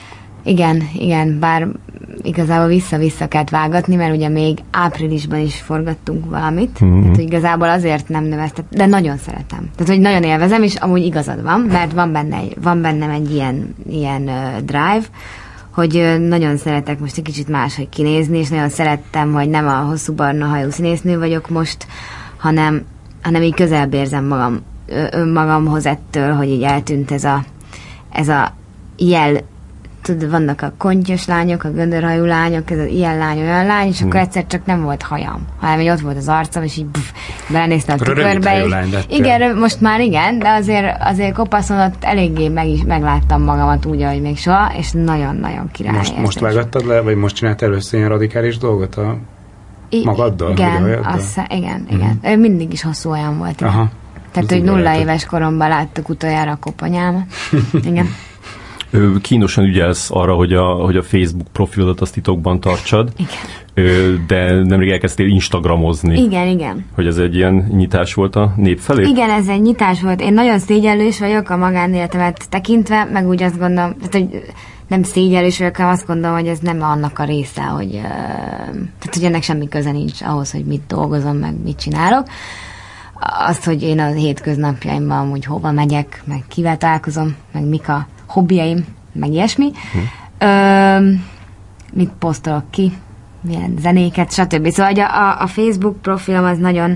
[SPEAKER 3] Igen, bár igazából vissza-vissza kellett vágatni, mert ugye még áprilisban is forgattunk valamit, tehát hogy igazából azért nem növesztettem, de nagyon szeretem. Tehát, hogy nagyon élvezem, és amúgy igazad van, mert van bennem egy ilyen drive, hogy nagyon szeretek most egy kicsit máshogy kinézni, és nagyon szerettem, hogy nem a hosszú barna hajú színésznő vagyok most, hanem így közelebb érzem magamhoz ettől, hogy így eltűnt ez a jel. Tudod, vannak a kontyos lányok, a göndörhajú lányok, ez az ilyen lány, olyan lány, és akkor egyszer csak nem volt hajam, hanem így ott volt az arcom, és így belenéztem a tükörbe. Igen, most már igen, de azért kopaszon ott eléggé megláttam magamat úgy, ahogy még soha, és nagyon-nagyon király.
[SPEAKER 2] Most vágattad le, vagy most csinált először ilyen radikális dolgot magaddal?
[SPEAKER 3] Igen. Mindig is hosszú olyan volt.
[SPEAKER 2] Aha.
[SPEAKER 3] Tehát, hogy 0 éves koromban láttuk utoljára a koponyámat. Igen.
[SPEAKER 1] Kínosan ügyelsz arra, hogy a Facebook profilodat azt titokban tartsad.
[SPEAKER 3] Igen.
[SPEAKER 1] De nemrég elkezdtél instagramozni.
[SPEAKER 3] Igen.
[SPEAKER 1] Hogy ez egy ilyen nyitás volt a nép felé?
[SPEAKER 3] Igen, ez egy nyitás volt. Én nagyon szégyellős vagyok a magánéletemet tekintve, meg úgy azt gondolom, hogy nem szégyellős vagyok, hanem azt gondolom, hogy ez nem annak a része, hogy ennek semmi köze nincs ahhoz, hogy mit dolgozom, meg mit csinálok. Azt, hogy én a hétköznapjaimban amúgy hova megyek, meg kivel találkozom, meg mik a hobbiaim, meg ilyesmi. Mit posztolok ki, milyen zenéket, stb. Szóval a Facebook profilom az nagyon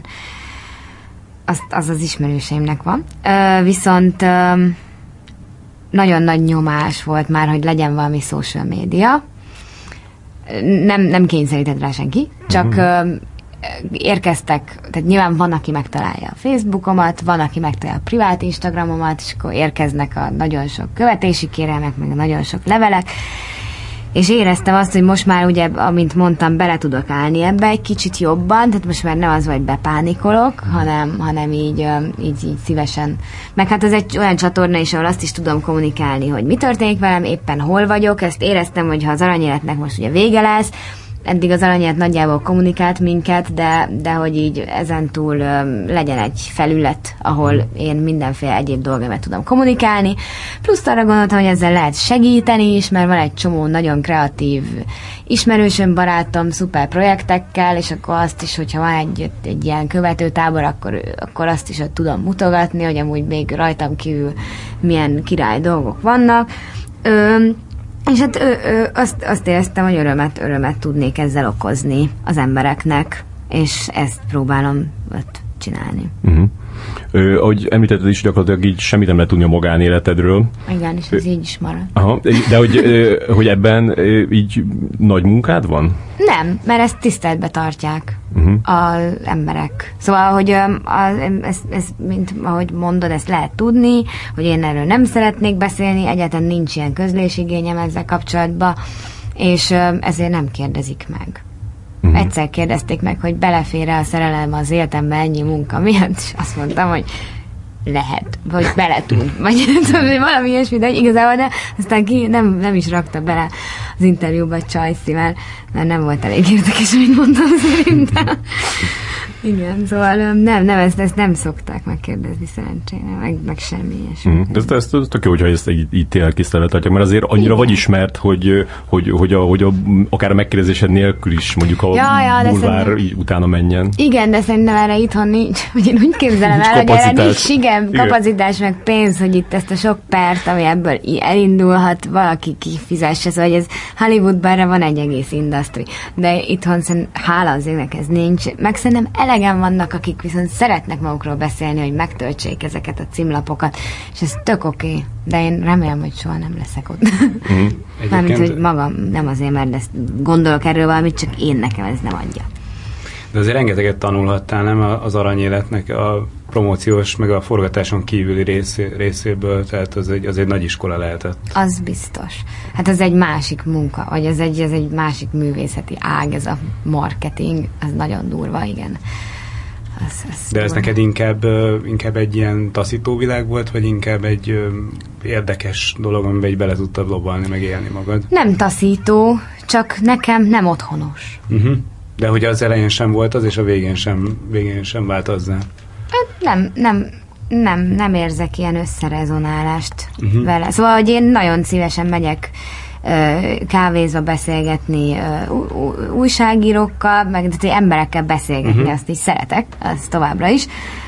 [SPEAKER 3] az ismerőseimnek van. Viszont nagyon nagy nyomás volt már, hogy legyen valami social média. Nem kényszerített rá senki, csak érkeztek, tehát nyilván van, aki megtalálja a Facebookomat, van, aki megtalálja a privát Instagramomat, és akkor érkeznek a nagyon sok követési kérelmek, meg a nagyon sok levelek, és éreztem azt, hogy most már ugye, amint mondtam, bele tudok állni ebbe egy kicsit jobban, tehát most már nem az, hogy bepánikolok, hanem így szívesen. Meg hát ez egy olyan csatorna is, ahol azt is tudom kommunikálni, hogy mi történik velem, éppen hol vagyok, ezt éreztem, hogy ha az aranyéletnek most ugye vége lesz, eddig az aranyélet nagyjából kommunikált minket, de hogy így ezentúl legyen egy felület, ahol én mindenféle egyéb dolgomat tudom kommunikálni. Plusz arra gondoltam, hogy ezzel lehet segíteni is, mert van egy csomó nagyon kreatív ismerősöm, barátom, szuper projektekkel, és akkor azt is, hogyha van egy ilyen követőtábor, akkor azt is ott tudom mutogatni, hogy amúgy még rajtam kívül milyen király dolgok vannak. És hát azt éreztem, hogy örömet tudnék ezzel okozni az embereknek, és ezt próbálom ott csinálni.
[SPEAKER 1] Ahogy említetted is, gyakorlatilag így semmit nem lehet tudni a magánéletedről.
[SPEAKER 3] Igen, és ez így is marad.
[SPEAKER 1] Aha, de hogy ebben így nagy munkád van?
[SPEAKER 3] Nem, mert ezt tiszteletbe tartják az emberek. Szóval, hogy ez, mint ahogy mondod, ezt lehet tudni, hogy én erről nem szeretnék beszélni, egyáltalán nincs ilyen közlésigényem ezzel kapcsolatban, és ezért nem kérdezik meg. Egyszer kérdezték meg, hogy belefér-e a szerelem az életembe ennyi munka miatt, és azt mondtam, hogy lehet, vagy bele tud, vagy valami ilyesmi, de igazából aztán nem is rakta bele az interjúba Csajci, mert nem volt elég érdekes, amit mondtam szerintem. Igen, szóval nem, ezt nem szokták megkérdezni szerencsére, meg semmi ilyesmi.
[SPEAKER 1] Ez tök jó, hogyha ezt így tényleg tiszteletbe tartják, mert azért annyira vagy ismert, hogy akár a megkérdezésed nélkül is mondjuk a bulvár utána menjen.
[SPEAKER 3] Igen, de szerintem erre itthon nincs, hogy én úgy képzelem el, hogy erre nincs kapacitás, meg pénz, hogy itt ezt a sok pert, ami ebből elindulhat, valaki kifizesse, szóval hogy ez Hollywoodban erre van egy egész industry, de itthon szerintem hála az évnek ez nincs, meg szerintem elegen vannak, akik viszont szeretnek magukról beszélni, hogy megtöltsék ezeket a címlapokat, és ez tök oké, de én remélem, hogy soha nem leszek ott. Mármint, hogy magam, nem azért, mert ezt gondolok erről valamit, csak én nekem ez nem adja.
[SPEAKER 2] De azért rengeteget tanulhattál, nem az aranyéletnek a promóciós, meg a forgatáson kívüli részéből, tehát az egy nagy iskola lehetett.
[SPEAKER 3] Az biztos. Hát ez egy másik munka, vagy ez egy másik művészeti ág, ez a marketing, az nagyon durva, igen.
[SPEAKER 2] De ez neked inkább egy ilyen taszító világ volt, vagy inkább egy érdekes dolog, amiben így bele tudtad lobalni, meg élni magad? Nem
[SPEAKER 3] taszító, csak nekem nem otthonos.
[SPEAKER 2] De hogy az elején sem volt az, és a végén sem vált azzá?
[SPEAKER 3] Nem érzek ilyen összerezonálást vele. Szóval, hogy én nagyon szívesen megyek kávézva beszélgetni újságírókkal, meg emberekkel beszélgetni, azt is szeretek, azt továbbra is.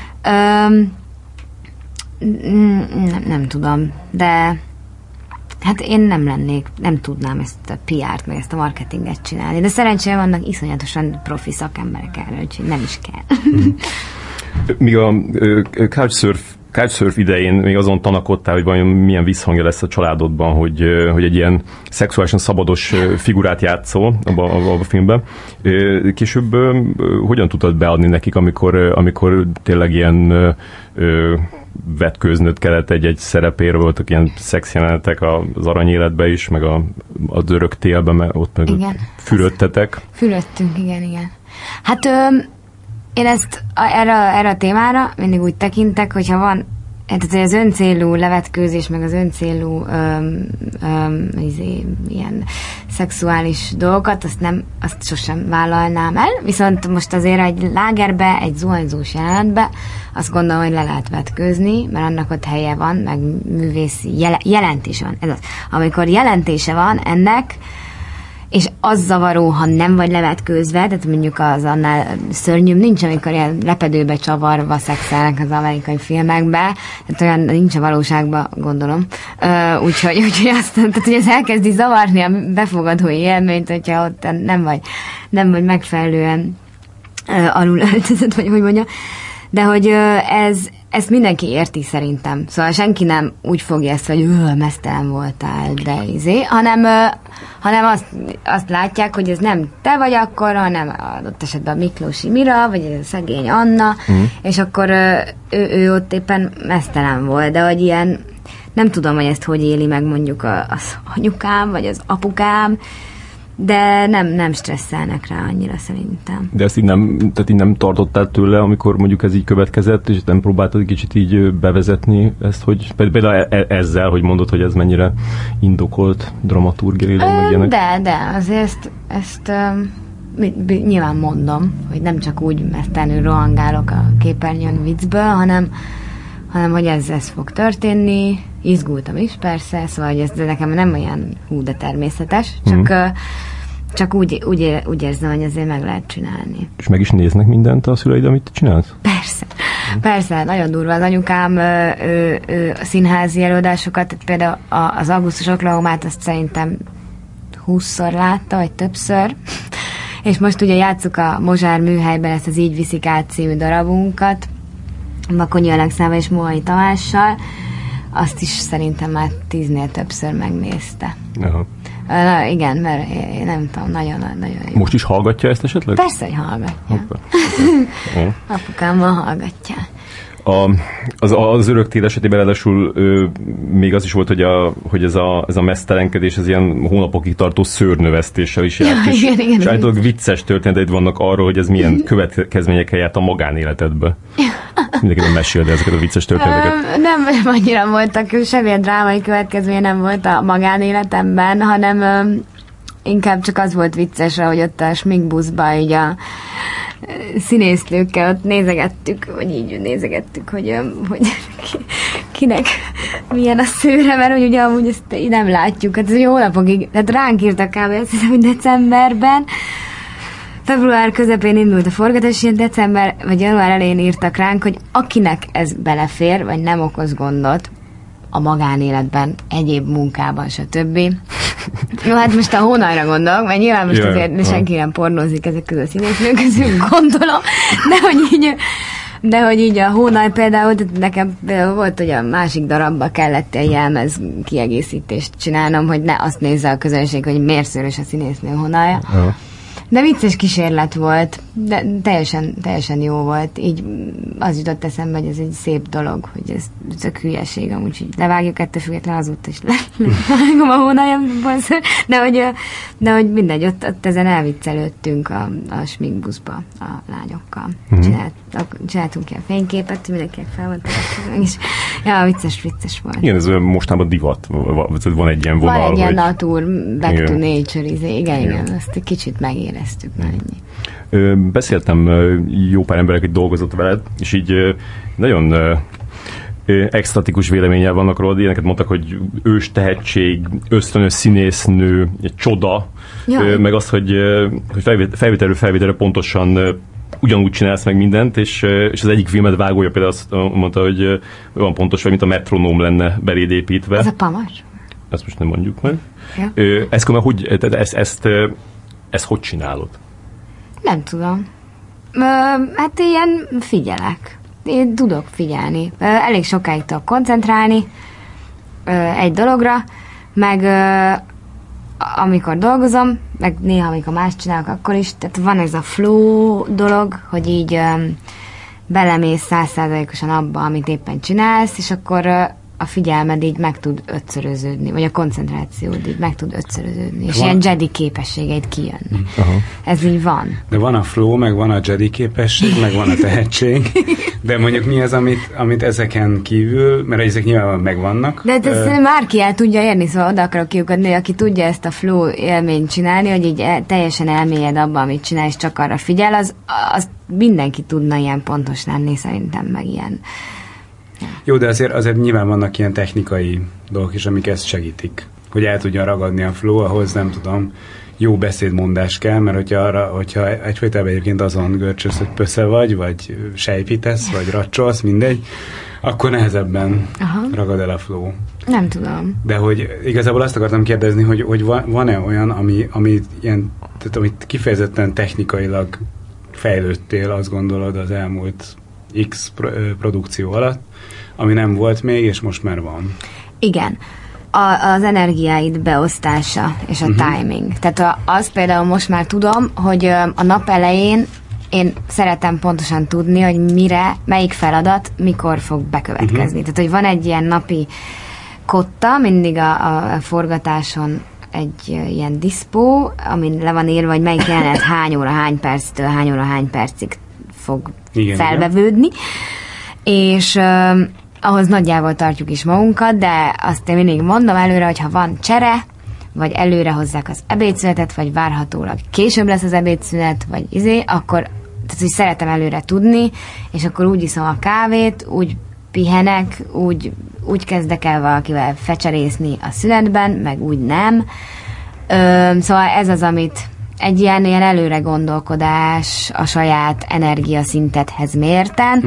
[SPEAKER 3] Nem tudom, de hát én nem tudnám ezt a PR-t, meg ezt a marketinget csinálni, de szerencsére vannak iszonyatosan profi szakemberek erről, úgyhogy nem is kell.
[SPEAKER 1] Míg a Couchsurf idején még azon tanakodtál, hogy vajon milyen visszhangja lesz a családodban, hogy egy ilyen szexuálisan szabados figurát játszol abban a filmben. Később hogyan tudtad beadni nekik, amikor tényleg ilyen vetkőznöd kellett egy szerepéről, voltak ilyen szexjelenetek az aranyéletben is, meg az örök télben, mert ott meg fülöttetek.
[SPEAKER 3] Fülöttünk, igen. Hát én ezt erre a témára mindig úgy tekintek, hogyha van az öncélú levetkőzés, meg az öncélú ilyen szexuális dolgokat, azt sosem vállalnám el, viszont most azért egy lágerbe, egy zuhanyzós jelenetbe azt gondolom, hogy le lehet vetkőzni, mert annak ott helye van, meg művész jelentés van. Ez az. Amikor jelentése van ennek, és az zavaró, ha nem vagy levetkőzve, tehát mondjuk az annál szörnyűbb nincs, amikor ilyen lepedőbe csavarva szexelnek az amerikai filmekbe, tehát olyan nincs a valóságban, gondolom. Úgyhogy azt, tehát, hogy ez elkezdi zavarni a befogadó élményt, hogyha ott nem vagy megfelelően alul öltözött, vagy hogy mondja. De hogy ezt mindenki érti szerintem. Szóval senki nem úgy fogja ezt, hogy meztelen voltál, de hanem azt látják, hogy ez nem te vagy akkor, hanem adott esetben a Miklósi Mira, vagy a szegény Anna, és akkor ő ott éppen meztelen volt, de hogy ilyen, nem tudom, hogy ezt hogy éli meg mondjuk az anyukám, vagy az apukám, de nem stresszelnek rá annyira szerintem.
[SPEAKER 1] De ezt így nem tartottál tőle, amikor mondjuk ez így következett, és nem próbáltad egy kicsit így bevezetni ezt, hogy például ezzel, hogy mondod, hogy ez mennyire indokolt dramaturgiailag, meg ilyenek?
[SPEAKER 3] De azért ezt nyilván mondom, hogy nem csak úgy mesztelenül rohangálok a képernyőn viccből, hanem hogy ez fog történni. Izgultam is, persze, szóval hogy ez nekem nem olyan de természetes, csak úgy érzem, hogy azért meg lehet csinálni.
[SPEAKER 1] És meg is néznek mindent a szüleid, amit csinálsz?
[SPEAKER 3] Persze, nagyon durva. Az anyukám színházi előadásokat, tehát például az Augusztus Oklahomát azt szerintem 20-szor látta, vagy többször, és most ugye játsszuk a Mozsár műhelyben ezt az Így viszik át című darabunkat, Bakonyi Alexával és Moai Tamással, azt is szerintem már 10-nél többször megnézte.
[SPEAKER 1] Aha.
[SPEAKER 3] Na, igen, mert én nem tudom, nagyon jó.
[SPEAKER 1] Most is hallgatja ezt esetleg?
[SPEAKER 3] Persze, hogy hallgatja. Apukámmal hallgatja.
[SPEAKER 1] Az Öröktél esetében ráadásul még az is volt, hogy ez a meztelenkedés, ez ilyen hónapokig tartó szőrnövesztéssel is járt, és állítólag vicces történeteid vannak arról, hogy ez milyen következményekkel járt a magánéletedbe. Mindenképpen meséld ezeket a vicces történeteket.
[SPEAKER 3] Nem annyira voltak, semmilyen drámai következménye nem volt a magánéletemben, hanem inkább csak az volt vicces, hogy ott a sminkbuszban így a színésznőkkel ott nézegettük, hogy kinek milyen a szőre, mert ugye amúgy ezt nem látjuk. Hát ez jó hónapokig, tehát ránk írtak kb. Azt hiszem, hogy decemberben, február közepén indult a forgatás, ilyen december vagy január elején írtak ránk, hogy akinek ez belefér, vagy nem okoz gondot a magánéletben, egyéb munkában, stb. Jó, hát most a Hónajra gondolok, mert nyilván most azért senki nem pornózik ezek közül a színésznők közül, gondolom, de hogy így a Hónaj például, nekem például volt, hogy a másik darabba kellett egy jelmez kiegészítést csinálnom, hogy ne azt nézze a közönség, hogy miért szőrös a színésznő Hónajja. De vicces kísérlet volt, de teljesen jó volt. Így az jutott eszembe, hogy ez egy szép dolog, hogy ez csak hülyeség, amúgy, hogy levágjuk ettől függetlenül azóta is levágom a hónaljamból, de hogy mindegy, ott ezen elviccelődtünk a sminkbuszba a lányokkal. Csináltunk ilyen fényképet, mindenkinek fel volt és vicces volt.
[SPEAKER 1] Igen, ez mostában divat, van egy ilyen vonal.
[SPEAKER 3] Van egy ilyen natur, back to nature, igen, azt egy kicsit megéreztük már ennyi.
[SPEAKER 1] Beszéltem jó pár emberek, hogy dolgozott veled, és így nagyon extatikus véleménnyel vannak rólad, ilyeneket mondtak, hogy ős tehetség, ösztönös színésznő, egy csoda, meg azt, hogy felvételről pontosan ugyanúgy csinálsz meg mindent, és az egyik filmet vágója például azt mondta, hogy olyan pontos vagy, mint a metronóm lenne beléd építve.
[SPEAKER 3] Ez a Pamas?
[SPEAKER 1] Ezt most nem mondjuk meg.
[SPEAKER 3] Ja.
[SPEAKER 1] Ezt hogy csinálod?
[SPEAKER 3] Nem tudom. Hát ilyen figyelek. Én tudok figyelni. Elég sokáig tudok koncentrálni egy dologra, meg amikor dolgozom, meg néha amikor más csinálok, akkor is. Tehát van ez a flow dolog, hogy így belemész 100%-osan abba, amit éppen csinálsz, és akkor a figyelmed így meg tud ötszöröződni, vagy a koncentrációd így meg tud ötszöröződni, és ilyen Jedi képességeid kijönnek. Ez így van.
[SPEAKER 2] De van a flow, meg van a Jedi képesség, meg van a tehetség, de mondjuk mi az, amit ezeken kívül, mert ezek nyilván megvannak.
[SPEAKER 3] De ezt Márki el tudja érni, szóval oda akarok kiukadni, aki tudja ezt a flow élményt csinálni, hogy így teljesen elmélyed abban, amit csinál, és csak arra figyel, az mindenki tudna ilyen pontos lenni, szerintem, meg ilyen.
[SPEAKER 2] Jó, de azért nyilván vannak ilyen technikai dolgok is, amik ezt segítik, hogy el tudjon ragadni a flow, ahhoz nem tudom, jó beszédmondás kell, mert hogyha egyfajtában egyébként azon görcsös, hogy pösze vagy sejpítesz, vagy racsolsz, mindegy, akkor nehezebben ragad el a flow.
[SPEAKER 3] Nem tudom.
[SPEAKER 2] De hogy igazából azt akartam kérdezni, hogy van-e olyan, amit kifejezetten technikailag fejlődtél, azt gondolod, az elmúlt X produkció alatt, ami nem volt még, és most már van.
[SPEAKER 3] Igen. Az energiáid beosztása és a timing. Tehát az például most már tudom, hogy a nap elején én szeretem pontosan tudni, hogy melyik feladat mikor fog bekövetkezni. Tehát, hogy van egy ilyen napi kotta, mindig a forgatáson egy ilyen diszpó, amin le van írva, hogy melyik jelenet hány óra, hány perctől, hány óra, hány percig fog felvevődni. És ahhoz nagyjából tartjuk is magunkat, de azt én mindig mondom előre, hogy ha van csere, vagy előre hozzák az ebédszünetet, vagy várhatólag később lesz az ebédszünet, vagy akkor tehát, hogy szeretem előre tudni, és akkor úgy iszom a kávét, úgy pihenek, úgy kezdek el valakivel fecserészni a szünetben, meg úgy nem. Szóval ez az, amit egy ilyen előre gondolkodás a saját energiaszintethez mérten.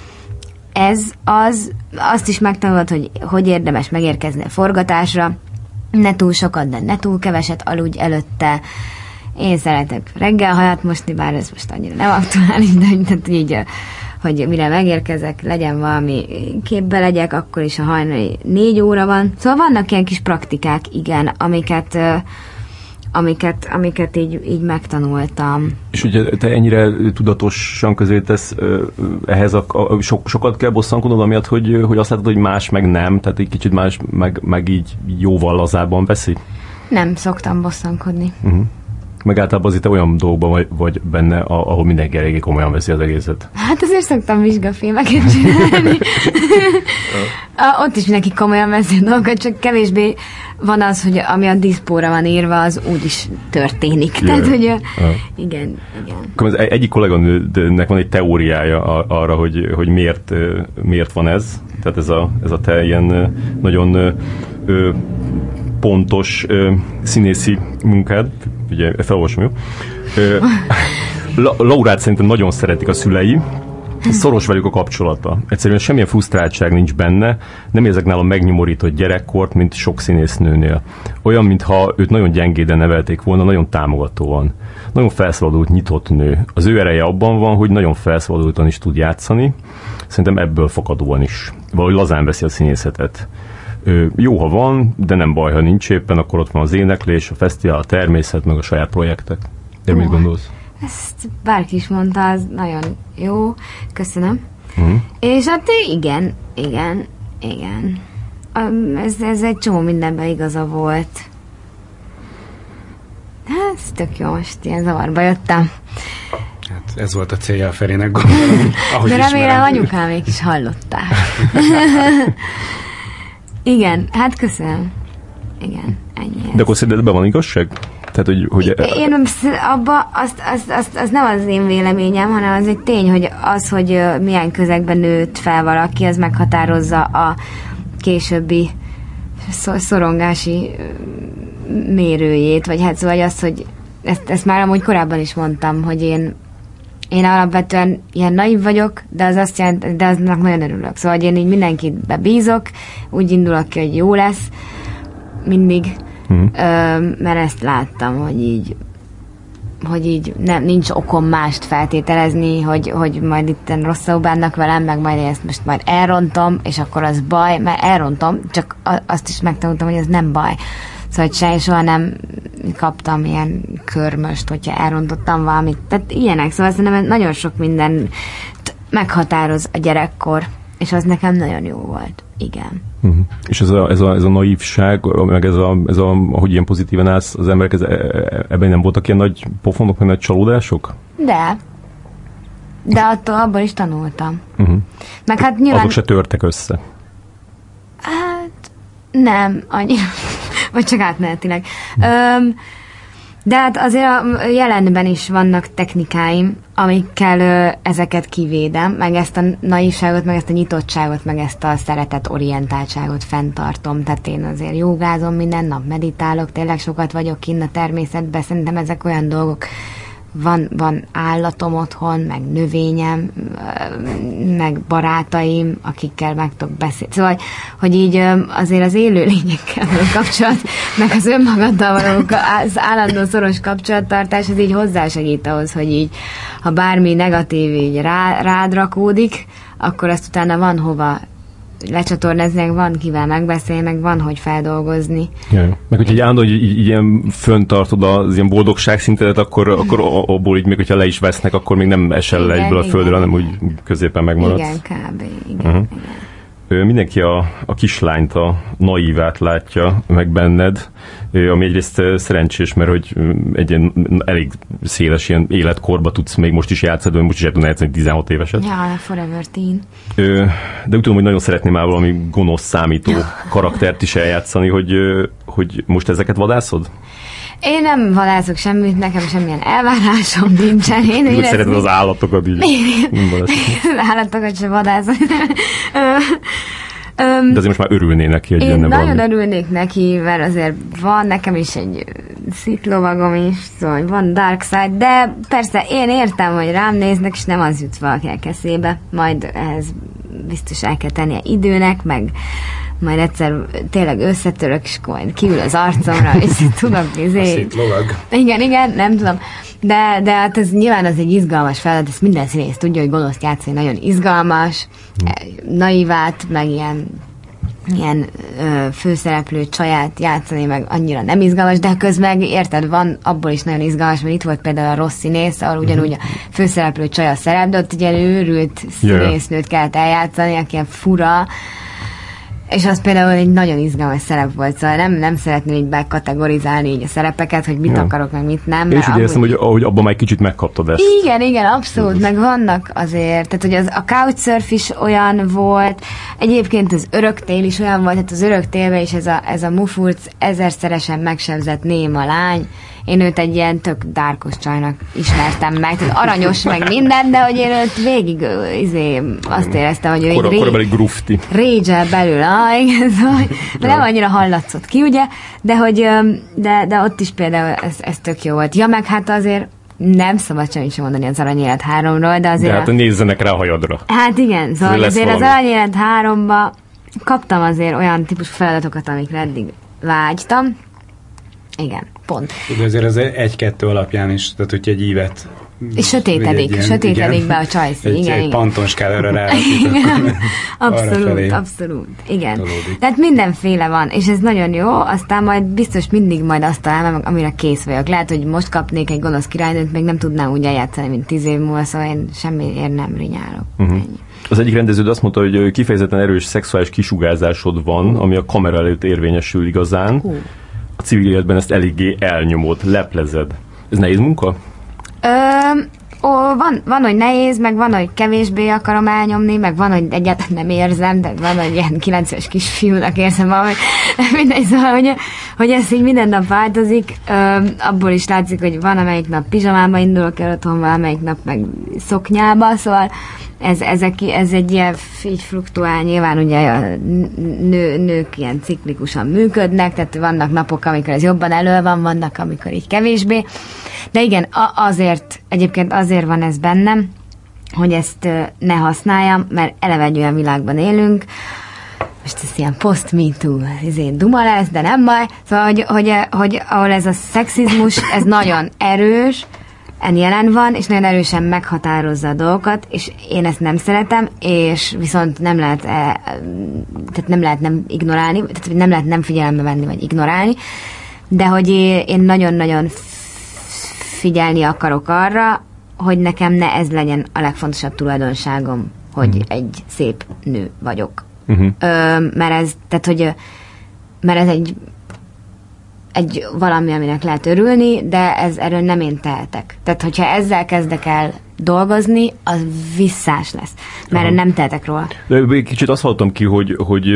[SPEAKER 3] Ez azt is megtanulod, hogy érdemes megérkezni a forgatásra, ne túl sokat, de ne túl keveset aludj előtte. Én szeretek reggelhajat mosni, bár ez most annyira nem aktuális, de így, hogy mire megérkezek, legyen valami képbe legyek, akkor is a hajnali 4 óra van. Szóval vannak ilyen kis praktikák, igen, amiket így megtanultam.
[SPEAKER 1] És ugye te ennyire tudatosan közelítesz ehhez, sokat kell bosszankodnod, amiatt, hogy azt látod, hogy más meg nem, tehát egy kicsit más meg így jóval lazábban veszi?
[SPEAKER 3] Nem szoktam bosszankodni.
[SPEAKER 1] Meg általában azért olyan dolgokban vagy benne, ahol mindenki eléggé komolyan veszi az egészet.
[SPEAKER 3] Hát azért szoktam vizsgafilmeket csinálni. Ott is mindenki komolyan veszi a dolgokat, csak kevésbé van az, hogy ami a diszpóra van írva, az úgy is történik. Tehát, hogy igen.
[SPEAKER 1] Az egyik kolléganőnek van egy teóriája arra, hogy miért van ez. Tehát ez a te ilyen nagyon pontos színészi munkád, ugye felolvasom, jó? Laurát szerintem nagyon szeretik a szülei, szoros velük a kapcsolata. Egyszerűen semmilyen frusztráltság nincs benne, nem érzek nála megnyomorított gyerekkort, mint sok színésznőnél. Olyan, mintha őt nagyon gyengéden nevelték volna, nagyon támogatóan. Nagyon felszabadult, nyitott nő. Az ő ereje abban van, hogy nagyon felszabadultan is tud játszani. Szerintem ebből fakadóan is. Valahogy lazán veszi a színészetet. Jó, ha van, de nem baj, ha nincs éppen, akkor ott van az éneklés, a fesztivál, a természet, meg a saját projektek. De mit gondolsz?
[SPEAKER 3] Ezt bárki is mondta, az nagyon jó. Köszönöm. És hát igen. Ez egy csomó mindenben igaza volt. Hát ez tök jó, most ilyen zavarba jöttem.
[SPEAKER 2] Hát ez volt a célja a Ferinek, gondolom.
[SPEAKER 3] De remélem anyukámék is hallották. Igen, hát köszönöm. Igen, ennyi.
[SPEAKER 1] De akkor szerinted van igazság? Tehát, hogy
[SPEAKER 3] én abba, az nem az én véleményem, hanem az egy tény, hogy milyen közegben nőtt fel valaki, az meghatározza a későbbi szorongási mérőjét, vagy hát szóval az, hogy ezt már amúgy korábban is mondtam, hogy én alapvetően ilyen naív vagyok, de az azt jelent, de aznak nagyon örülök. Szóval, hogy én így mindenkit bebízok, úgy indulok ki, hogy jó lesz mindig, mert ezt láttam, hogy így nincs okom mást feltételezni, hogy majd itt rosszul bánnak velem, meg majd ezt most majd elrontom, és akkor az baj, mert elrontom, csak azt is megtanultam, hogy ez nem baj. Szóval, hogy soha nem kaptam ilyen körmöst, hogyha elrontottam valamit. Tehát ilyenek. Szóval szerintem nagyon sok minden meghatároz a gyerekkor. És az nekem nagyon jó volt. Igen.
[SPEAKER 1] És ez a naívság, meg ez a, ahogy ilyen pozitívan állsz az emberek, ebben nem voltak ilyen nagy pofonok, meg nagy csalódások?
[SPEAKER 3] De abból is tanultam. Meg hát nyilván...
[SPEAKER 1] Azok se törtek össze?
[SPEAKER 3] Hát nem, annyira. Vagy csak átmenetileg. De hát azért a jelenben is vannak technikáim, amikkel ezeket kivédem, meg ezt a naivságot, meg ezt a nyitottságot, meg ezt a szeretet orientáltságot fenntartom. Tehát én azért jogázom minden nap, meditálok, tényleg sokat vagyok kinn a természetben, szerintem ezek olyan dolgok. Van állatom otthon, meg növényem, meg barátaim, akikkel meg tudok beszélni. Szóval, hogy így azért az élőlényekkel való kapcsolat, meg az önmagaddal való az állandó szoros kapcsolattartás, az így hozzásegít ahhoz, hogy így, ha bármi negatív így rád rakódik, akkor azt utána van hova lecsatornázni, meg van kivel megbeszélni, meg van, hogy feldolgozni.
[SPEAKER 1] Jaj. Meg hogyha állandó, hogy így ilyen föntartod az ilyen boldogság szintedet, akkor abból így még, hogyha le is vesznek, akkor még nem esel le egyből a földről, hanem úgy középen megmaradsz.
[SPEAKER 3] Igen, kb. Igen.
[SPEAKER 1] Mindenki a kislányt, a naívát látja meg benned, ami egyrészt szerencsés, mert hogy egy ilyen elég széles ilyen életkorba tudsz még most is játszani, most is el tudnál játszani 16 éveset.
[SPEAKER 3] Ja, forever teen.
[SPEAKER 1] De úgy tudom, hogy nagyon szeretném már valami gonosz számító karaktert is eljátszani, hogy most ezeket vadászod?
[SPEAKER 3] Én nem vadászok semmit, nekem semmilyen elvárásom nincsen. Én
[SPEAKER 1] szereted az állatokat így.
[SPEAKER 3] Az állatokat sem vadászok.
[SPEAKER 1] De azért most már örülnének neki, hogy
[SPEAKER 3] én nagyon örülnék neki, mert azért van nekem is egy szitlovagom is, szóval van dark side, de persze én értem, hogy rám néznek, és nem az jut valakinek eszébe. Majd ehhez biztos el kell tennie időnek, meg majd egyszer tényleg összetörök, és majd kiül az arcomra, és tudok Igen, nem tudom. De hát ez nyilván az egy izgalmas feladat, ezt minden színész tudja, hogy gonoszt játszani nagyon izgalmas, naivát, meg ilyen főszereplő csaját játszani, meg annyira nem izgalmas, de közben érted, van abból is nagyon izgalmas, mert itt volt például a rossz színész, ahol ugyanúgy a főszereplő csaja szerep, de ott ugye őrült színésznőt kellett eljátszani, aki ilyen fura, és az például egy nagyon izgalmas szerep volt, szóval nem szeretném így bekategorizálni így a szerepeket, hogy mit akarok, meg mit nem.
[SPEAKER 1] Én is úgy éreztem, hogy abban már kicsit megkaptad ezt.
[SPEAKER 3] Igen, abszolút, meg vannak azért, tehát hogy a Couchsurf is olyan volt, egyébként az Öröktél is olyan volt, tehát az Öröktélben is ez a mufurc ezerszeresen megsebzett néma lány, én őt egy ilyen tök dárkos csajnak ismertem meg, tehát aranyos meg minden, de hogy én őt végig azt éreztem, hogy ő
[SPEAKER 1] korabeli grufti.
[SPEAKER 3] Rage-el belül, igen, szóval, nem annyira hallatszott ki, ugye, de hogy de ott is például ez tök jó volt. Ja, meg hát azért nem szabad semmit sem mondani az Aranyélet 3-ról, de azért...
[SPEAKER 1] De hát nézzenek rá a hajadra.
[SPEAKER 3] Hát igen, szóval azért az Aranyélet 3-ba kaptam azért olyan típusú feladatokat, amikre eddig vágytam. Igen, pont.
[SPEAKER 2] De azért az 1-2 alapján is, tehát hogyha egy ívet...
[SPEAKER 3] És sötétedik be a csajszín.
[SPEAKER 2] Egy pantonskálára rárakít.
[SPEAKER 3] Abszolút. Igen. Tehát mindenféle van, és ez nagyon jó, aztán majd biztos mindig azt találom, amire kész vagyok. Lehet, hogy most kapnék egy gonosz királynőt, még nem tudnám úgy eljátszani, mint 10 év múlva, szóval én semmiért nem rinyálok.
[SPEAKER 1] Az egyik rendeződ azt mondta, hogy kifejezetten erős szexuális kisugárzásod van, ami a kamera előtt érvényesül igazán. A civil életben ezt eléggé elnyomod, leplezed. Ez nehéz munka?
[SPEAKER 3] Van, hogy nehéz, meg van, hogy kevésbé akarom elnyomni, meg van, hogy egyáltalán nem érzem, de van, hogy ilyen 9 éves kisfiúnak érzem valahogy. Mindegy, szóval, hogy ez így minden nap változik. Abból is látszik, hogy van, amelyik nap pizsamába indulok el otthon, valamelyik nap meg szoknyába, szóval ez egy ilyen így fluktuál, nyilván ugye a nők ilyen ciklikusan működnek, tehát vannak napok, amikor ez jobban elő van, vannak, amikor így kevésbé. De igen, egyébként azért van ez bennem, hogy ezt ne használjam, mert eleve egy olyan világban élünk, most ez ilyen post-me-too, duma lesz, de nem baj, szóval, hogy ahol ez a szexizmus, ez nagyon erős, jelen van, és nagyon erősen meghatározza a dolgokat, és én ezt nem szeretem, és viszont nem lehet tehát nem lehet nem ignorálni, tehát nem lehet nem figyelembe venni, vagy ignorálni, de hogy én nagyon-nagyon figyelni akarok arra, hogy nekem ne ez legyen a legfontosabb tulajdonságom, hogy egy szép nő vagyok. Mert ez egy valami, aminek lehet örülni, de erről nem én tehetek. Tehát, hogyha ezzel kezdek el dolgozni, az visszás lesz. Mert nem tehetek róla.
[SPEAKER 1] De kicsit azt hallottam ki, hogy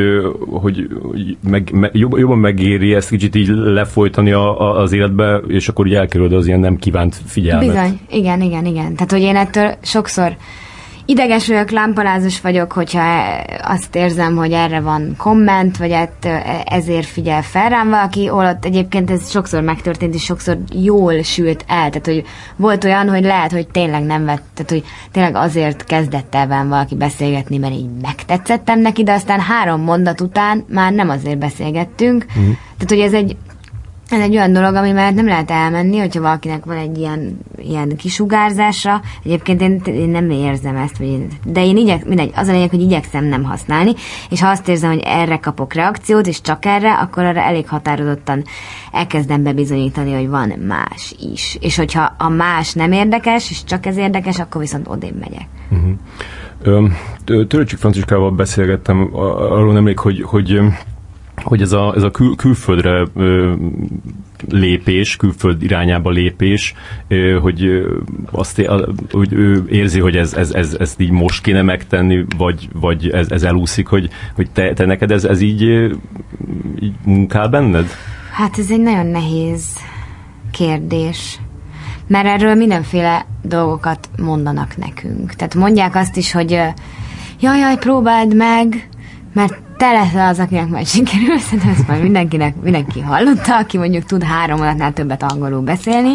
[SPEAKER 1] jobban megéri ezt kicsit így lefolytani az életbe, és akkor így elkerülöd az ilyen nem kívánt figyelmet.
[SPEAKER 3] Bizony. Igen. Tehát, hogy én ettől sokszor ideges vagyok, lámpalázos vagyok, hogyha azt érzem, hogy erre van komment, vagy ezért figyel fel rám valaki, holott egyébként ez sokszor megtörtént, és sokszor jól sült el. Tehát, hogy volt olyan, hogy lehet, hogy tényleg nem vett, tehát, hogy tényleg azért kezdett el velem valaki beszélgetni, mert így megtetszettem neki, de aztán 3 mondat után már nem azért beszélgettünk. Tehát, hogy ez egy olyan dolog, ami mellett nem lehet elmenni, hogyha valakinek van egy ilyen kisugárzása. Egyébként én nem érzem ezt, de én mindegy, az a lényeg, hogy igyekszem nem használni, és ha azt érzem, hogy erre kapok reakciót, és csak erre, akkor arra elég határozottan elkezdem bebizonyítani, hogy van más is. És hogyha a más nem érdekes, és csak ez érdekes, akkor viszont odébb megyek.
[SPEAKER 1] Törőcsik Franciskával beszélgettem arról nemrég, hogy ez a külföldre lépés, külföld irányába lépés, hogy hogy ő érzi, hogy ezt így most kéne megtenni, vagy ez elúszik, hogy te neked ez így munkál benned?
[SPEAKER 3] Hát ez egy nagyon nehéz kérdés. Mert erről mindenféle dolgokat mondanak nekünk. Tehát mondják azt is, hogy jaj, próbáld meg, mert te leszel az, akinek majd sikerül, szerintem ezt majd mindenki hallotta, aki mondjuk tud 3 mondatnál többet angolul beszélni.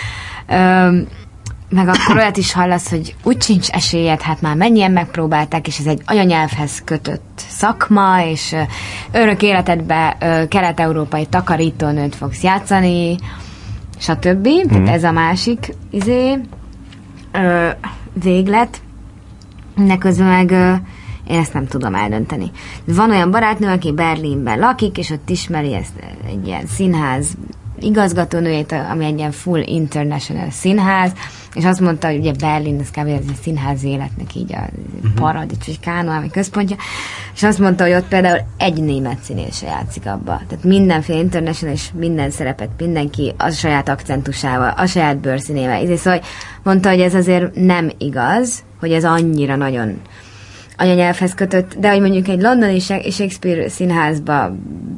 [SPEAKER 3] Meg akkor olyat is hallasz, hogy úgy sincs esélyed, hát már mennyien megpróbálták, és ez egy anyanyelvhez kötött szakma, és örök életedbe kelet-európai takarítónőt fogsz játszani, stb. Tehát ez a másik véglet. De közben meg én ezt nem tudom eldönteni. Van olyan barátnő, aki Berlinben lakik, és ott ismeri ezt egy ilyen színház igazgatónőjét, ami egy ilyen full international színház, és azt mondta, hogy ugye Berlin, ez kb. Ez a színház életnek így a paradicsos, vagy kánoálmi központja, és azt mondta, hogy ott például egy német színész se játszik abba. Tehát mindenféle international, és minden szerepet mindenki a saját akcentusával, a saját bőrszínével. Szóval mondta, hogy ez azért nem igaz, hogy ez annyira nagyon anyanyelvhez kötött, de hogy mondjuk egy londoni Shakespeare színházba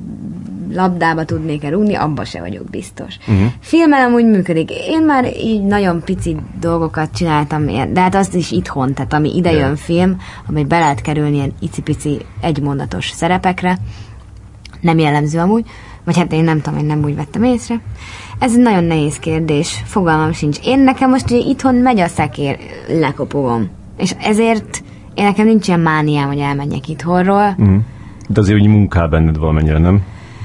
[SPEAKER 3] labdába tudnék rúgni, abba se vagyok biztos. Filmen amúgy működik. Én már így nagyon pici dolgokat csináltam, de hát azt is itthon, tehát ami ide jön film, ami be lehet kerülni ilyen icipici egymondatos szerepekre, nem jellemző amúgy, vagy hát én nem tudom, én nem úgy vettem észre. Ez egy nagyon nehéz kérdés, fogalmam sincs. Nekem most ugye itthon megy a szekér, lekopogom. És ezért nekem nincs ilyen mániám, hogy elmenjek itthonról.
[SPEAKER 1] De azért úgy munkál benned valamennyire, nem?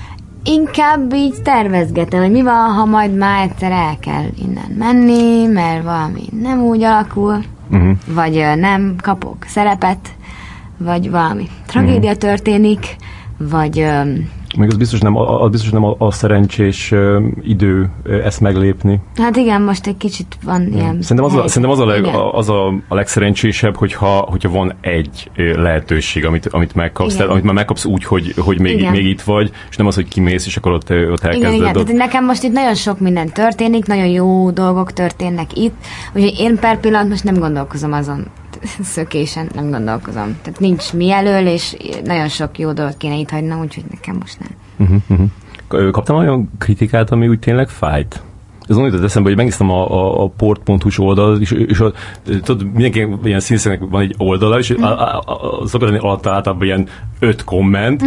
[SPEAKER 3] Inkább így tervezgetem, hogy mi van, ha majd már egyszer el kell innen menni, mert valami nem úgy alakul, vagy nem kapok szerepet, vagy valami tragédia történik, vagy...
[SPEAKER 1] Még az biztos nem a szerencsés idő ezt meglépni.
[SPEAKER 3] Hát igen, most egy kicsit van ilyen...
[SPEAKER 1] Szerintem az a legszerencsésebb, hogyha van egy lehetőség, amit megkapsz, tehát, amit már megkapsz úgy, hogy még itt vagy, és nem az, hogy kimész, és akkor ott elkezded.
[SPEAKER 3] Igen, tehát nekem most itt nagyon sok minden történik, nagyon jó dolgok történnek itt, úgyhogy én per pillanat most nem gondolkozom azon, szökésen nem gondolkozom. Tehát nincs mi elől, és nagyon sok jó dolgot kéne itt hagynom, úgyhogy nekem most nem.
[SPEAKER 1] Kaptam olyan kritikát, ami úgy tényleg fájt? Ez onnan jutott eszembe, hogy megnéztem a port.hu-s oldalt, és tudod, mindenki ilyen színészeknek van egy oldala, és szokott lenni alatt általában ilyen 5 komment,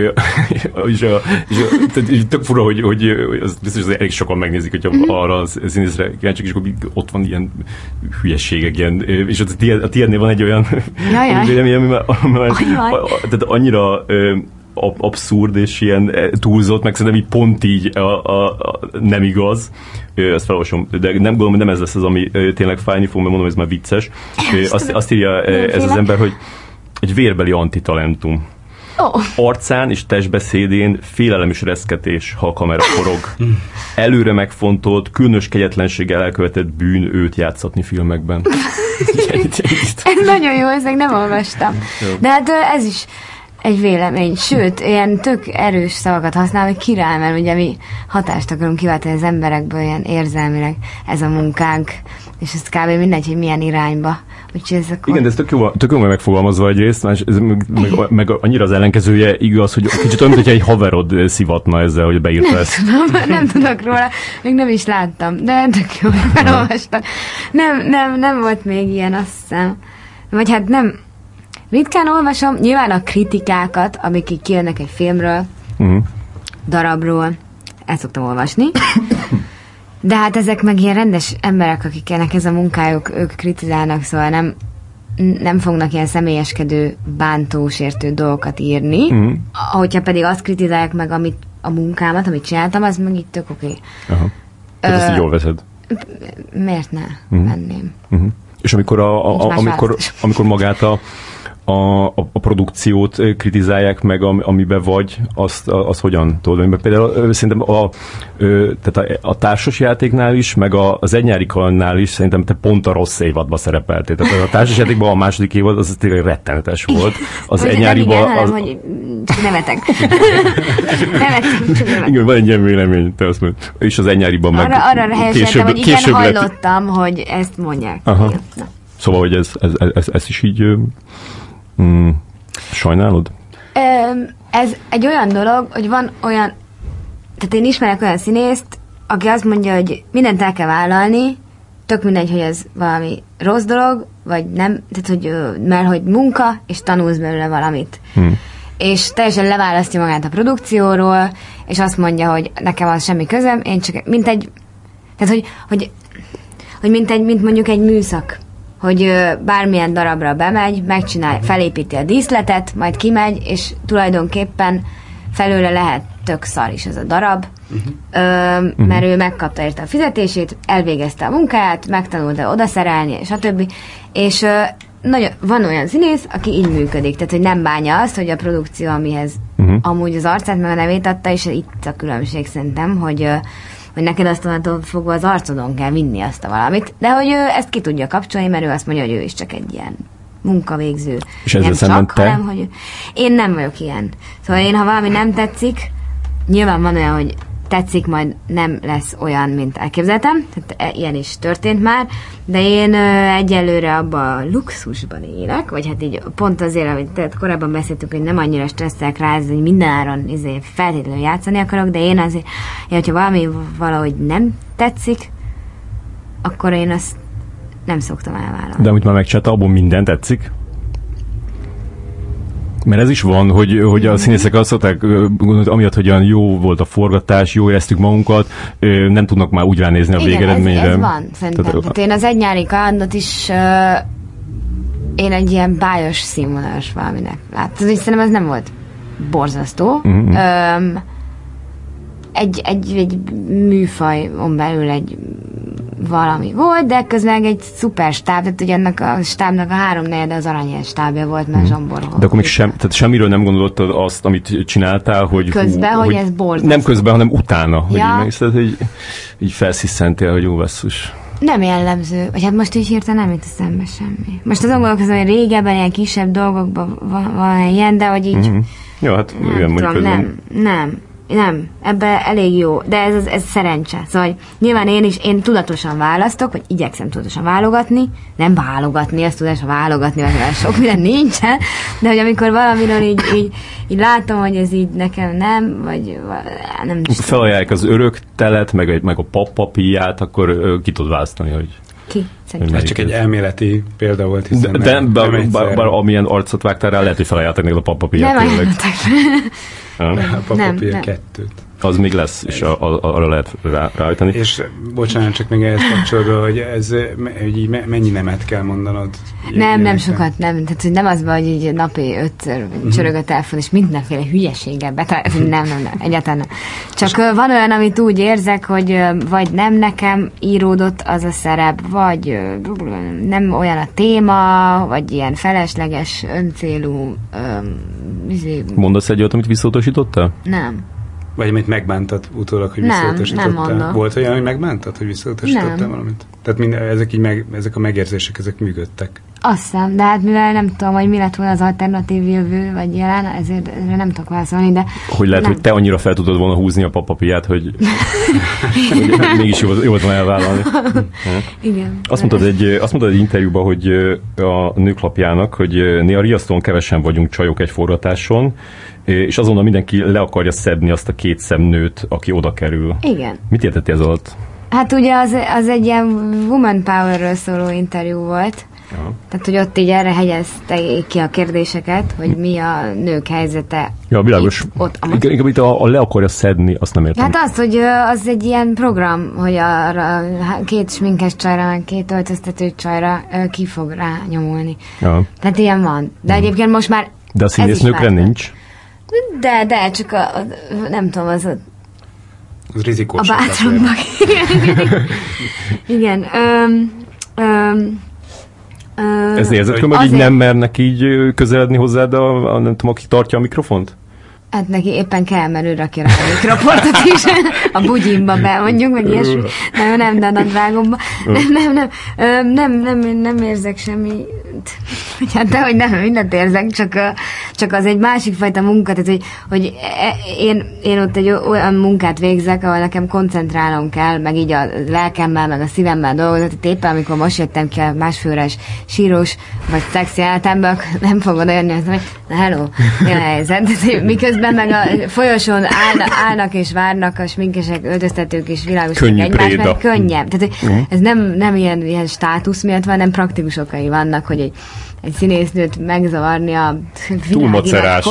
[SPEAKER 1] és tök fura, hogy az biztos, hogy elég sokan megnézik, hogyha arra a színészre kíváncsiak, és akkor ott van ilyen hülyeségek, ilyen, és a tiédnél van egy olyan vélemény, tehát annyira abszurd és ilyen túlzott, meg szerintem így pont így nem igaz. Ezt felolvasom, de nem gondolom, hogy nem ez lesz az, ami tényleg fájni fog, mert mondom, ez már vicces. Azt írja ez az ember, hogy egy vérbeli antitalentum. Arcán és testbeszédén félelem és reszketés, ha a kamera forog. Előre megfontolt, különös kegyetlenséggel elkövetett bűn őt játszatni filmekben.
[SPEAKER 3] Ez nagyon jó, ezt nem olvastam. De hát ez is egy vélemény. Sőt, ilyen tök erős szavakat használ, hogy király, mert ugye mi hatást akarunk kiváltani az emberekből, ilyen érzelmileg ez a munkánk, és ez kb. Mindegy, hogy milyen irányba. Ez akkor...
[SPEAKER 1] Igen, de ez tök jó megfogalmazva egyrészt, meg annyira az ellenkezője igaz, hogy kicsit olyan, hogyha egy haverod szivatna ezzel, hogy beírta ezt.
[SPEAKER 3] Nem tudok róla, még nem is láttam, de tök jó, hogy elolvastam. Nem volt még ilyen, azt hiszem. Vagy hát nem... Ritkán olvasom, nyilván a kritikákat, amik így kijönnek egy filmről, darabról, el szoktam olvasni. De hát ezek meg ilyen rendes emberek, akiknek ez a munkájuk, ők kritizálnak, szóval nem fognak ilyen személyeskedő, bántó, sértő dolgokat írni. Hogyha pedig azt kritizálják meg, a munkámat, amit csináltam, az meg így tök oké.
[SPEAKER 1] Tehát ezt így jól veszed?
[SPEAKER 3] Miért ne venném?
[SPEAKER 1] És amikor magát a produkciót kritizálják meg, amiben vagy, azt hogyan tudod? Mert például szerintem tehát a társasjátéknál is, meg az Egy nyári kalandnál is szerintem te pont a rossz évadban szerepeltél. Tehát a társasjátékban a második évad az tényleg rettenetes volt. Az Egy nyáriban...
[SPEAKER 3] hogy csak nevetek.
[SPEAKER 1] Igen, van egy ilyen vélemény, te azt mondod. És az Egy nyáriban meg
[SPEAKER 3] arra helyesítettem, hogy igen, hallottam, hogy ezt mondják.
[SPEAKER 1] Szóval, hogy ez is így sajnálod?
[SPEAKER 3] Ez egy olyan dolog, hogy van olyan, tehát én ismerek olyan színészt, aki azt mondja, hogy mindent el kell vállalni, tök mindegy, hogy ez valami rossz dolog, vagy nem, tehát hogy, mert hogy munka, és tanulsz belőle valamit. És teljesen leválasztja magát a produkcióról, és azt mondja, hogy nekem az semmi közöm, én csak, tehát mint mondjuk egy műszak, hogy bármilyen darabra bemegy, megcsinál, felépíti a díszletet, majd kimegy, és tulajdonképpen felőle lehet tök szar is ez a darab, mert ő megkapta érte a fizetését, elvégezte a munkáját, megtanulta odaszerelni, és a többi, és van olyan színész, aki így működik, tehát hogy nem bánja azt, hogy a produkció, amihez amúgy az arcát meg a nevét adta, és itt a különbség szerintem, hogy neked azt onnantól fogva az arcodon kell vinni azt a valamit, de hogy ő ezt ki tudja kapcsolni, mert ő azt mondja, hogy ő is csak egy ilyen munkavégző.
[SPEAKER 1] És ezzel szemben te?
[SPEAKER 3] Hanem, hogy én nem vagyok ilyen. Szóval én, ha valami nem tetszik, nyilván van olyan, hogy tetszik, majd nem lesz olyan, mint elképzeltem, tehát ilyen is történt már, de én egyelőre abban a luxusban élek, vagy hát így pont azért, amit korábban beszéltük, hogy nem annyira stresszelek rá, hogy mindenáron feltétlenül játszani akarok, de én azért, hogyha valami valahogy nem tetszik, akkor én azt nem szoktam elvállalni.
[SPEAKER 1] De amit már megcsinálta, abból minden tetszik? Mert ez is van, hogy a színészek azt szokták gondolni, amiatt, hogy olyan jó volt a forgatás, jól éreztük magunkat, nem tudnak már úgy ránézni a végeredményre.
[SPEAKER 3] Ez van, szerintem. Tehát én az Egy nyári kalandot is én egy ilyen bájos színvonalas valaminek láttam. Szerintem ez nem volt borzasztó. Egy műfajon belül egy valami volt, de közben egy szuper stáb, tehát ugye ennek a stábnak a 3/4 az Aranyél stábja volt, mert Zsomborhoz.
[SPEAKER 1] De akkor még tehát semmiről nem gondoltad azt, amit csináltál, hogy...
[SPEAKER 3] Közben, hogy ez borzasztó.
[SPEAKER 1] Nem közben, hanem utána, ja. Hogy így felszisszentél, hogy jó basszus.
[SPEAKER 3] Nem jellemző, vagy hát most így hirtelen nem jut eszembe semmi. Most azon gondolkozom, hogy régebben ilyen kisebb dolgokban van ilyen, de hogy így...
[SPEAKER 1] Jó, hát igen, mondjuk
[SPEAKER 3] nem, ebben elég jó, de ez szerencse. Szóval nyilván én tudatosan választok, vagy igyekszem tudatosan válogatni, nem válogatni, azt tudás válogatni, mert sok minden nincsen, de hogy amikor valamiről így látom, hogy ez így nekem nem, vagy nem is.
[SPEAKER 1] Felajánlják az örök telet, meg a pappapíját, akkor ki tud választani, hogy...
[SPEAKER 3] Ki?
[SPEAKER 2] Ez csak egy elméleti példa volt, hiszen
[SPEAKER 1] bár amilyen arcot vágtál rá, lehet, hogy felajánlottak neked a pappapíját.
[SPEAKER 3] Nem ajánlottak.
[SPEAKER 2] A pappapír 2-t.
[SPEAKER 1] Az még lesz, és arra lehet ráállítani.
[SPEAKER 2] És bocsánat, csak még ehhez kapcsolódva, hogy ez hogy mennyi nemet kell mondanod?
[SPEAKER 3] Nem sokat, nem. Tehát, hogy nem az van, hogy így napi 5-ször csörög a telefon, és mindenféle hülyeséget nem, egyáltalán nem. Csak van olyan, amit úgy érzek, hogy vagy nem nekem íródott az a szerep, vagy nem olyan a téma, vagy ilyen felesleges, öncélú
[SPEAKER 1] Mondasz egy olyat, amit visszautasítottál?
[SPEAKER 3] Nem.
[SPEAKER 2] Vagy amit megbántad utólag, hogy visszautasítottál?
[SPEAKER 3] Nem mondom.
[SPEAKER 2] Volt olyan, hogy megbántad, hogy visszautasítottál valamit? Tehát ezek a megérzések, ezek működtek.
[SPEAKER 3] Azt hiszem, de hát mivel nem tudom, hogy mi lett volna az alternatív jövő, vagy jelen, ezért nem tudok válaszolni, de...
[SPEAKER 1] Hogy lehet, hogy te annyira fel tudod volna húzni a papapiát, hogy mégis jó volt volna elvállalni.
[SPEAKER 3] Igen.
[SPEAKER 1] Azt mondtad egy interjúban, hogy a Nőklapjának, hogy néha riasztóan kevesen vagyunk csajok egy forgatáson, és azonnal mindenki le akarja szedni azt a 2 szemnőt, aki oda kerül.
[SPEAKER 3] Igen.
[SPEAKER 1] Mit értettél ez alatt?
[SPEAKER 3] Hát ugye az egy ilyen woman powerről szóló interjú volt. Aha. Tehát, hogy ott így erre hegyezte ki a kérdéseket, hogy mi a nők helyzete.
[SPEAKER 1] Ja, világos. Inkább itt a le akarja szedni, azt nem értem.
[SPEAKER 3] Hát azt, hogy az egy ilyen program, hogy arra 2 sminkes csajra, meg 2 öltöztető csajra ki fog rányomulni. Ja. Tehát ilyen van. De egyébként most már...
[SPEAKER 1] De a színésznőkre nincs?
[SPEAKER 3] De csak nem tudom, az
[SPEAKER 2] rizikós.
[SPEAKER 3] A bátrabbak. Igen.
[SPEAKER 1] Ez érzed, hogy így nem mernek így közeledni hozzád, nem tudom, aki tartja a mikrofont?
[SPEAKER 3] Hát neki éppen kell, mert ő rakja rá a mikroportot is. A bugyimba be, mondjuk, meg ilyesmi. Nem, de a nadrágomba. Nem érzek semmi. Hát de, hogy nem, mindent érzek, csak az egy másik fajta munka, tehát, hogy én ott egy olyan munkát végzek, ahol nekem koncentrálnom kell, meg így a lelkemmel, meg a szívemmel dolgozni. Éppen amikor most jöttem ki a másfőres sírós, vagy szexi életemből, nem fogod olyan nézni, hogy na hello, mi a helyzet? Miközben meg a folyosón állnak és várnak a sminkesek, öltöztetők és világosok egymás, mert könnyebb. Tehát ez nem ilyen státusz miatt van, nem praktikus okai vannak, hogy egy színésznőt megzavarni a
[SPEAKER 1] túlmacerás,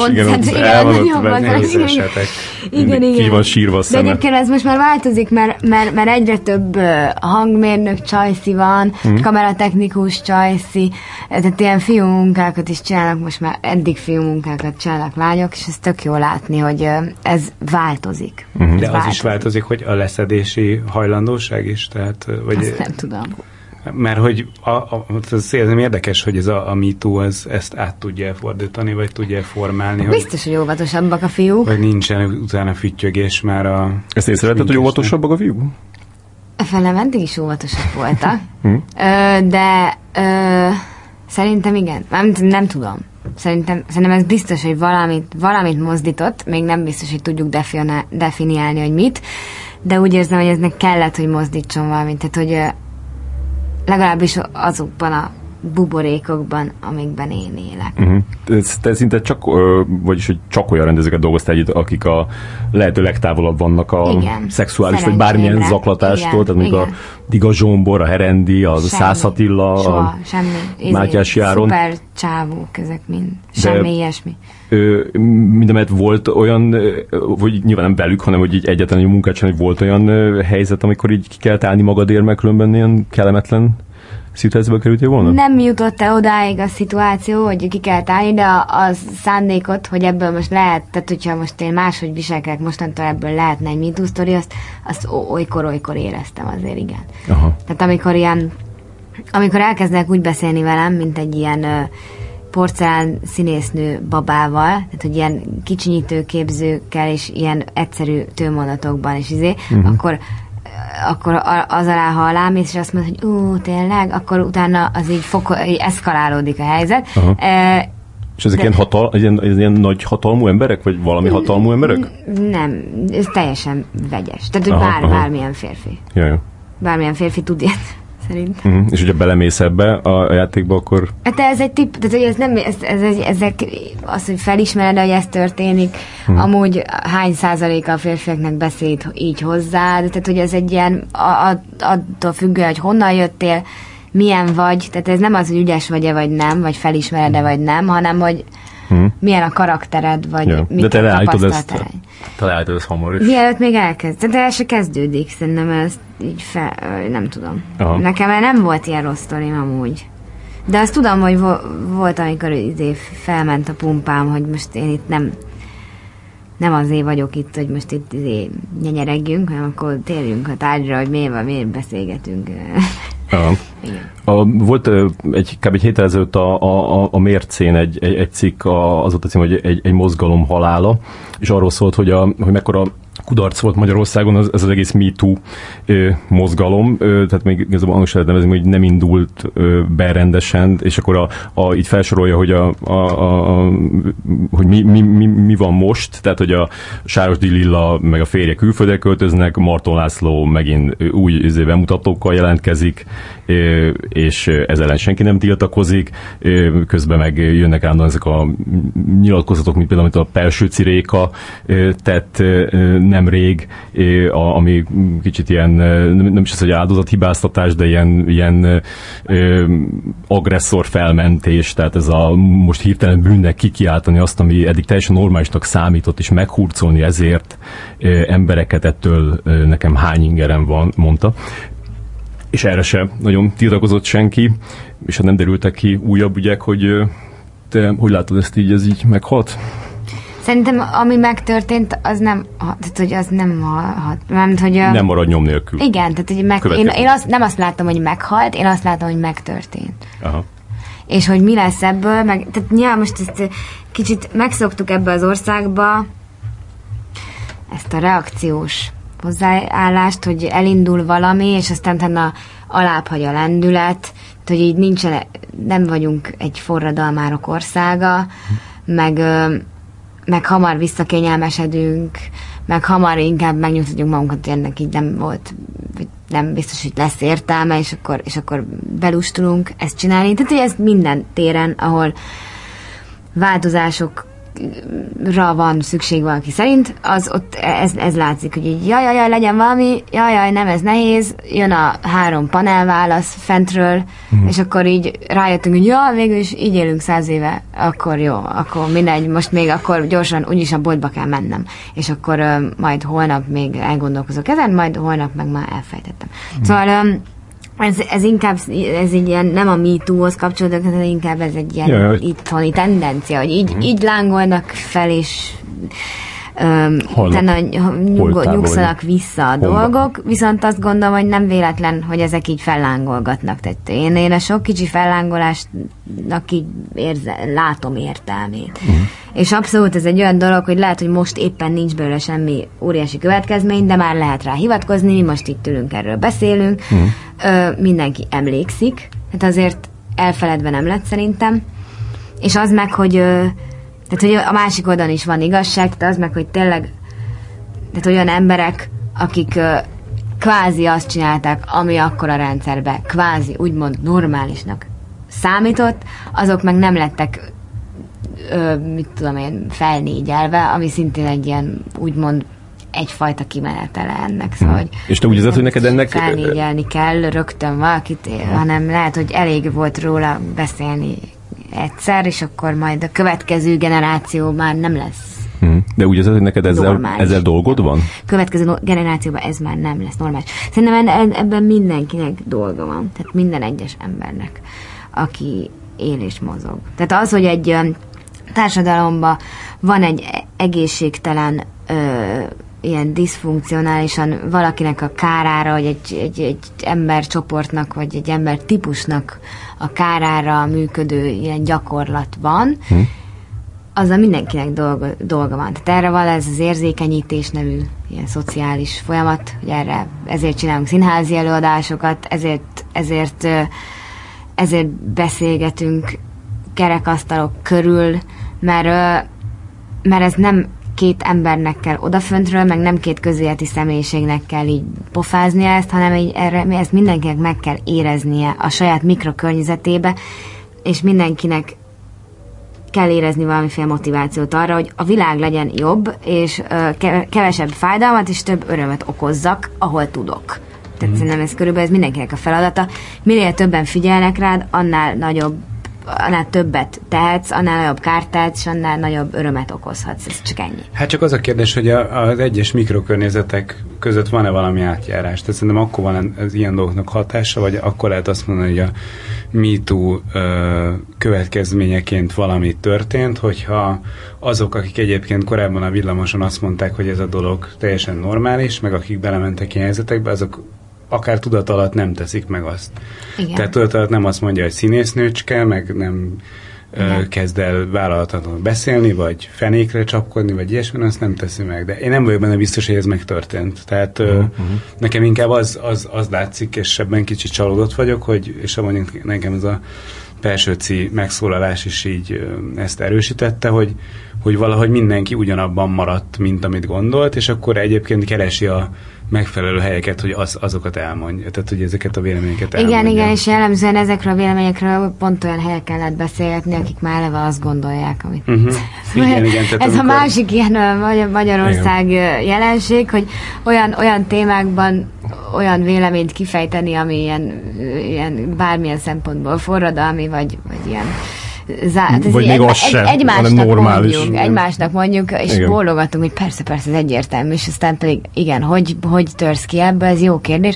[SPEAKER 1] igen. Ki van sírva a szeme.
[SPEAKER 3] De egyébként ez most már változik, mert egyre több hangmérnök csajszi van, kameratechnikus csajszi, tehát ilyen fiúmunkákat is csinálnak, most már eddig fiúmunkákat csinálnak lányok, és ez tök jó látni, hogy ez változik.
[SPEAKER 2] De az is változik, hogy a leszedési hajlandóság is? Tehát, vagy
[SPEAKER 3] azt nem tudom.
[SPEAKER 2] Mert hogy ez érdekes, hogy ez a MeToo ezt át tudja fordítani, vagy tudja formálni.
[SPEAKER 3] Biztos, hogy óvatosabbak a fiúk.
[SPEAKER 2] Vagy nincsen utána füttyögés már a...
[SPEAKER 1] Ezt észrevetted, hogy óvatosabbak a fiúk?
[SPEAKER 3] Felem eddig is óvatosak voltak. De szerintem igen. Nem tudom. Szerintem ez biztos, hogy valamit mozdított, még nem biztos, hogy tudjuk definiálni, hogy mit, de úgy érzem, hogy eznek kellett, hogy mozdítson valamit. Tehát, hogy legalábbis azokban a buborékokban, amikben én élek.
[SPEAKER 1] Te szinte vagyis, hogy csak olyan rendezőket dolgoztál együtt, akik a lehető legtávolabb vannak a szexuális, vagy bármilyen zaklatástól, tehát mondjuk a Diga Zsombor, a Herendi, a Szász Attila,
[SPEAKER 3] soha, semmi.
[SPEAKER 1] Mátyás Járon.
[SPEAKER 3] Szuper csávók, ezek mind. Semmi ilyesmi.
[SPEAKER 1] Mindemellett volt olyan, hogy nyilván nem velük, hanem hogy így egyetlen munkát csinálni, hogy volt olyan helyzet, amikor így ki kellett állni magadért, mert különben ilyen kellemetlen szituációba kerültél volna? Nem jutott el odáig a szituáció, hogy ki kellett állni, de a szándékot, hogy ebből most lehet, tehát hogyha most én máshogy viselkedek, mostantól ebből lehetne egy MeToo sztori, azt olykor éreztem azért, igen. Aha. Tehát amikor elkezdenek úgy beszélni velem, mint egy ilyen porcelán színésznő babával, tehát hogy ilyen kicsinyítő képzőkkel és ilyen egyszerű tőmondatokban is akkor az alá, ha alámész, és azt mondod, hogy tényleg, akkor utána az így eszkalálódik a helyzet. És ezek ilyen nagy hatalmú emberek, vagy valami hatalmú emberek? Nem,
[SPEAKER 3] ez teljesen vegyes. Tehát, hogy bármilyen férfi.
[SPEAKER 1] Ja.
[SPEAKER 3] Bármilyen férfi tud ilyet. Szerintem.
[SPEAKER 1] És hogyha belemész ebbe a játékba, akkor...
[SPEAKER 3] Hát ez egy tipp, tehát hogy ez nem, ezek az, hogy felismered, hogy ez történik, amúgy hány százaléka a férfiaknak beszéd így hozzád, tehát hogy ez egy ilyen, attól függően, hogy honnan jöttél, milyen vagy, tehát ez nem az, hogy ügyes vagy-e vagy nem, vagy felismered-e vagy nem, hanem hogy milyen a karaktered, vagy mit tapasztaltál.
[SPEAKER 1] Te leállítod ezt hamar is.
[SPEAKER 3] Mielőtt még elkezd. De el se kezdődik, szerintem ezt így nem tudom. Aha. Nekem nem volt ilyen rossz sztorim amúgy. De azt tudom, hogy volt, amikor felment a pumpám, hogy most én itt nem azért vagyok itt, hogy most itt nyenyeregjünk, hanem akkor térjünk a tárgyra, hogy miért beszélgetünk.
[SPEAKER 1] Volt kb. egy héttel ezelőtt a Mércén egy cikk, az volt a cím, hogy egy mozgalom halála, és arról szólt, hogy mekkora kudarc volt Magyarországon ez az egész MeToo mozgalom, tehát még igazából annak sem lehet nevezni, hogy nem indult be rendesen, és akkor így felsorolja, hogy mi van most, tehát hogy a Sárosdi Lilla meg a férje külföldre költöznek, Marton László megint új bemutatókkal jelentkezik, és ezzel ellen senki nem tiltakozik, közben meg jönnek állandóan ezek a nyilatkozatok, mint például, amit a Pelsőci Réka tett nemrég, ami kicsit ilyen, nem is az, hogy áldozathibáztatás, de ilyen agresszor felmentés, tehát ez a most hirtelen bűnnek kikiáltani azt, ami eddig teljesen normálisnak számított, és meghurcolni ezért embereket, ettől nekem hány ingerem van, mondta. És erre sem nagyon tiltakozott senki, és hát nem derültek ki újabb ügyek, hogy te hogy látod ezt így, ez így meghalt?
[SPEAKER 3] Szerintem, ami megtörtént, az nem, tehát, hogy az nem halt. Hogy
[SPEAKER 1] nem marad nyom nélkül.
[SPEAKER 3] Igen, tehát hogy én nem azt látom, hogy meghalt, én azt látom, hogy megtörtént.
[SPEAKER 1] Aha.
[SPEAKER 3] És hogy mi lesz ebből, tehát nyilván most ezt kicsit megszoktuk ebbe az országba, ezt a reakciós hozzáállást, hogy elindul valami, és aztán utána alább hagy a lendület, hogy így nem vagyunk egy forradalmárok országa, meg hamar visszakényelmesedünk, meg hamar inkább megnyugtatjuk magunkat, hogy ennek így nem volt, nem biztos, hogy lesz értelme, és akkor belustulunk ezt csinálni. Tehát, hogy ez minden téren, ahol változásokra van szükség valaki szerint, az ott ez látszik, hogy így jaj, legyen valami, jaj, nem, ez nehéz, jön a 3 panelválasz fentről, és akkor így rájöttünk, hogy végül is így élünk 100 éve, akkor jó, akkor mindegy, most még akkor gyorsan úgyis a boltba kell mennem, és akkor majd holnap még elgondolkozok ezen, majd holnap meg már elfejtettem. Szóval ez inkább, ez egy ilyen, nem a MeToo-hoz kapcsolódik, hanem inkább ez egy ilyen itthoni tendencia, hogy így lángolnak fel, és utána nyugszanak vissza a dolgok, viszont azt gondolom, hogy nem véletlen, hogy ezek így fellángolgatnak. Tehát én a sok kicsi fellángolásnak így látom értelmét. És abszolút ez egy olyan dolog, hogy lehet, hogy most éppen nincs belőle semmi óriási következmény, de már lehet rá hivatkozni, mi most itt ülünk, erről beszélünk, mindenki emlékszik, hát azért elfeledve nem lett szerintem, és az meg, hogy tehát, hogy a másik oldalon is van igazság, tehát az meg, hogy tényleg tehát olyan emberek, akik kvázi azt csinálták, ami akkor a rendszerben kvázi úgymond normálisnak számított, azok meg nem lettek mit tudom én, felnégyelve, ami szintén egy ilyen úgymond egyfajta kimenetele ennek, szóval, hogy
[SPEAKER 1] és te úgy érzed, hogy neked ennek
[SPEAKER 3] felnégyelni kell rögtön valakit, hanem lehet, hogy elég volt róla beszélni egyszer, és akkor majd a következő generáció már nem lesz.
[SPEAKER 1] De úgy érzed, hogy neked ezzel dolgod van?
[SPEAKER 3] Következő generációban ez már nem lesz normális. Szerintem ebben mindenkinek dolga van. Tehát minden egyes embernek, aki él és mozog. Tehát az, hogy egy társadalomban van egy egészségtelen ilyen diszfunkcionálisan valakinek a kárára, vagy egy embercsoportnak, vagy egy embertípusnak a kárára működő ilyen gyakorlat van, azzal mindenkinek dolga van. Tehát erre van ez az érzékenyítés nevű ilyen szociális folyamat, hogy ezért csinálunk színházi előadásokat, ezért beszélgetünk kerekasztalok körül, mert ez nem 2 embernek kell odaföntről, meg nem 2 közéleti személyiségnek kell így pofáznia ezt, hanem ezt mindenkinek meg kell éreznie a saját mikrokörnyezetébe, és mindenkinek kell érezni valamiféle motivációt arra, hogy a világ legyen jobb, és kevesebb fájdalmat, és több örömet okozzak, ahol tudok. Tehát szerintem ez körülbelül ez mindenkinek a feladata. Minél többen figyelnek rád, annál nagyobb annál többet tehetsz, annál nagyobb kárt tehetsz, és annál nagyobb örömet okozhatsz. Ez csak ennyi.
[SPEAKER 2] Hát csak az a kérdés, hogy az egyes mikrokörnyezetek között van-e valami átjárás? Tehát szerintem akkor van az ilyen dolgoknak hatása, vagy akkor lehet azt mondani, hogy a MeToo következményeként valami történt, hogyha azok, akik egyébként korábban a villamoson azt mondták, hogy ez a dolog teljesen normális, meg akik belementek ilyen helyzetekbe, azok akár tudat alatt nem teszik meg azt.
[SPEAKER 3] Igen.
[SPEAKER 2] Tehát tudat alatt nem azt mondja, hogy színésznőcske, meg nem kezd el vállalatlanul beszélni, vagy fenékre csapkodni, vagy ilyesmi, azt nem teszi meg. De én nem vagyok benne biztos, hogy ez megtörtént. Tehát nekem inkább az látszik, és ebben kicsit csalódott vagyok, hogy, és mondjuk nekem ez a Pelsőci megszólalás is így ezt erősítette, hogy valahogy mindenki ugyanabban maradt, mint amit gondolt, és akkor egyébként keresi a megfelelő helyeket, hogy azokat elmondja. Tehát, hogy ezeket a véleményeket elmondja.
[SPEAKER 3] Igen, és jellemzően ezekről a véleményekről pont olyan helyeken lehet beszélgetni, akik már eleve azt gondolják, amit...
[SPEAKER 2] Igen,
[SPEAKER 3] ez a másik ilyen Magyarország jelenség, hogy olyan témákban olyan véleményt kifejteni, ami ilyen bármilyen szempontból forradalmi, vagy ilyen
[SPEAKER 1] vagy még az sem, hanem normális.
[SPEAKER 3] Egymásnak mondjuk, és bólogatunk, hogy persze, ez egyértelmű, és aztán pedig igen, hogy törsz ki ebből, ez jó kérdés.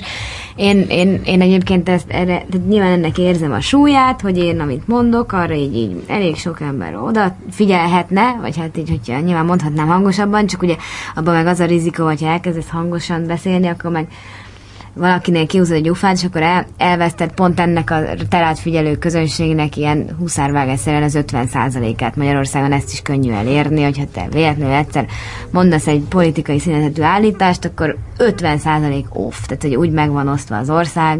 [SPEAKER 3] Én egyébként nyilván ennek érzem a súlyát, hogy én, amit mondok, arra így elég sok ember oda figyelhetne, vagy hát így, hogyha nyilván mondhatnám hangosabban, csak ugye abban meg az a rizikó, hogyha elkezdesz hangosan beszélni, akkor meg valakinél kihúzod egy gyufát, és akkor elvesztett pont ennek a terált figyelő közönségnek ilyen huszárvágásszerűen az 50%-át. Magyarországon ezt is könnyű elérni, hogyha te véletlenül egyszer mondasz egy politikai színezetű állítást, akkor 50% off, tehát hogy úgy megvan osztva az ország,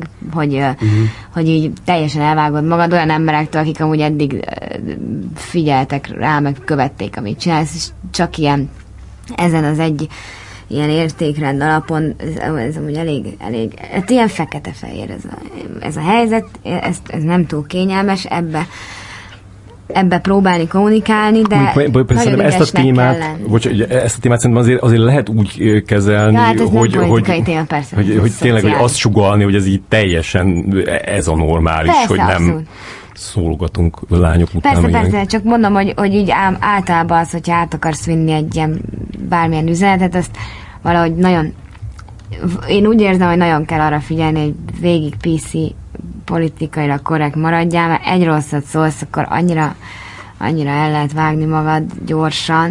[SPEAKER 3] hogy így teljesen elvágod magad olyan emberektől, akik amúgy eddig figyeltek rá, meg követték, amit csinálsz, és csak ilyen ezen az egy ilyen értékrend alapon, ez amúgy elég hát ilyen fekete-fehér ez a helyzet, ez nem túl kényelmes, ebbe próbálni kommunikálni, de nagyon
[SPEAKER 1] ezt a témát szerintem azért lehet úgy kezelni,
[SPEAKER 3] hát hogy téma, persze,
[SPEAKER 1] hogy tényleg hogy azt sugallni, hogy ez így teljesen ez a normális, persze, hogy nem abszolút szólogatunk lányok után.
[SPEAKER 3] Persze, csak mondom, hogy így általában az, hogyha át akarsz vinni egy ilyen bármilyen üzenetet, azt valahogy nagyon, én úgy érzem, hogy nagyon kell arra figyelni, hogy végig PC politikailag korrekt maradjál, mert egy rosszat szólsz, akkor annyira el lehet vágni magad gyorsan,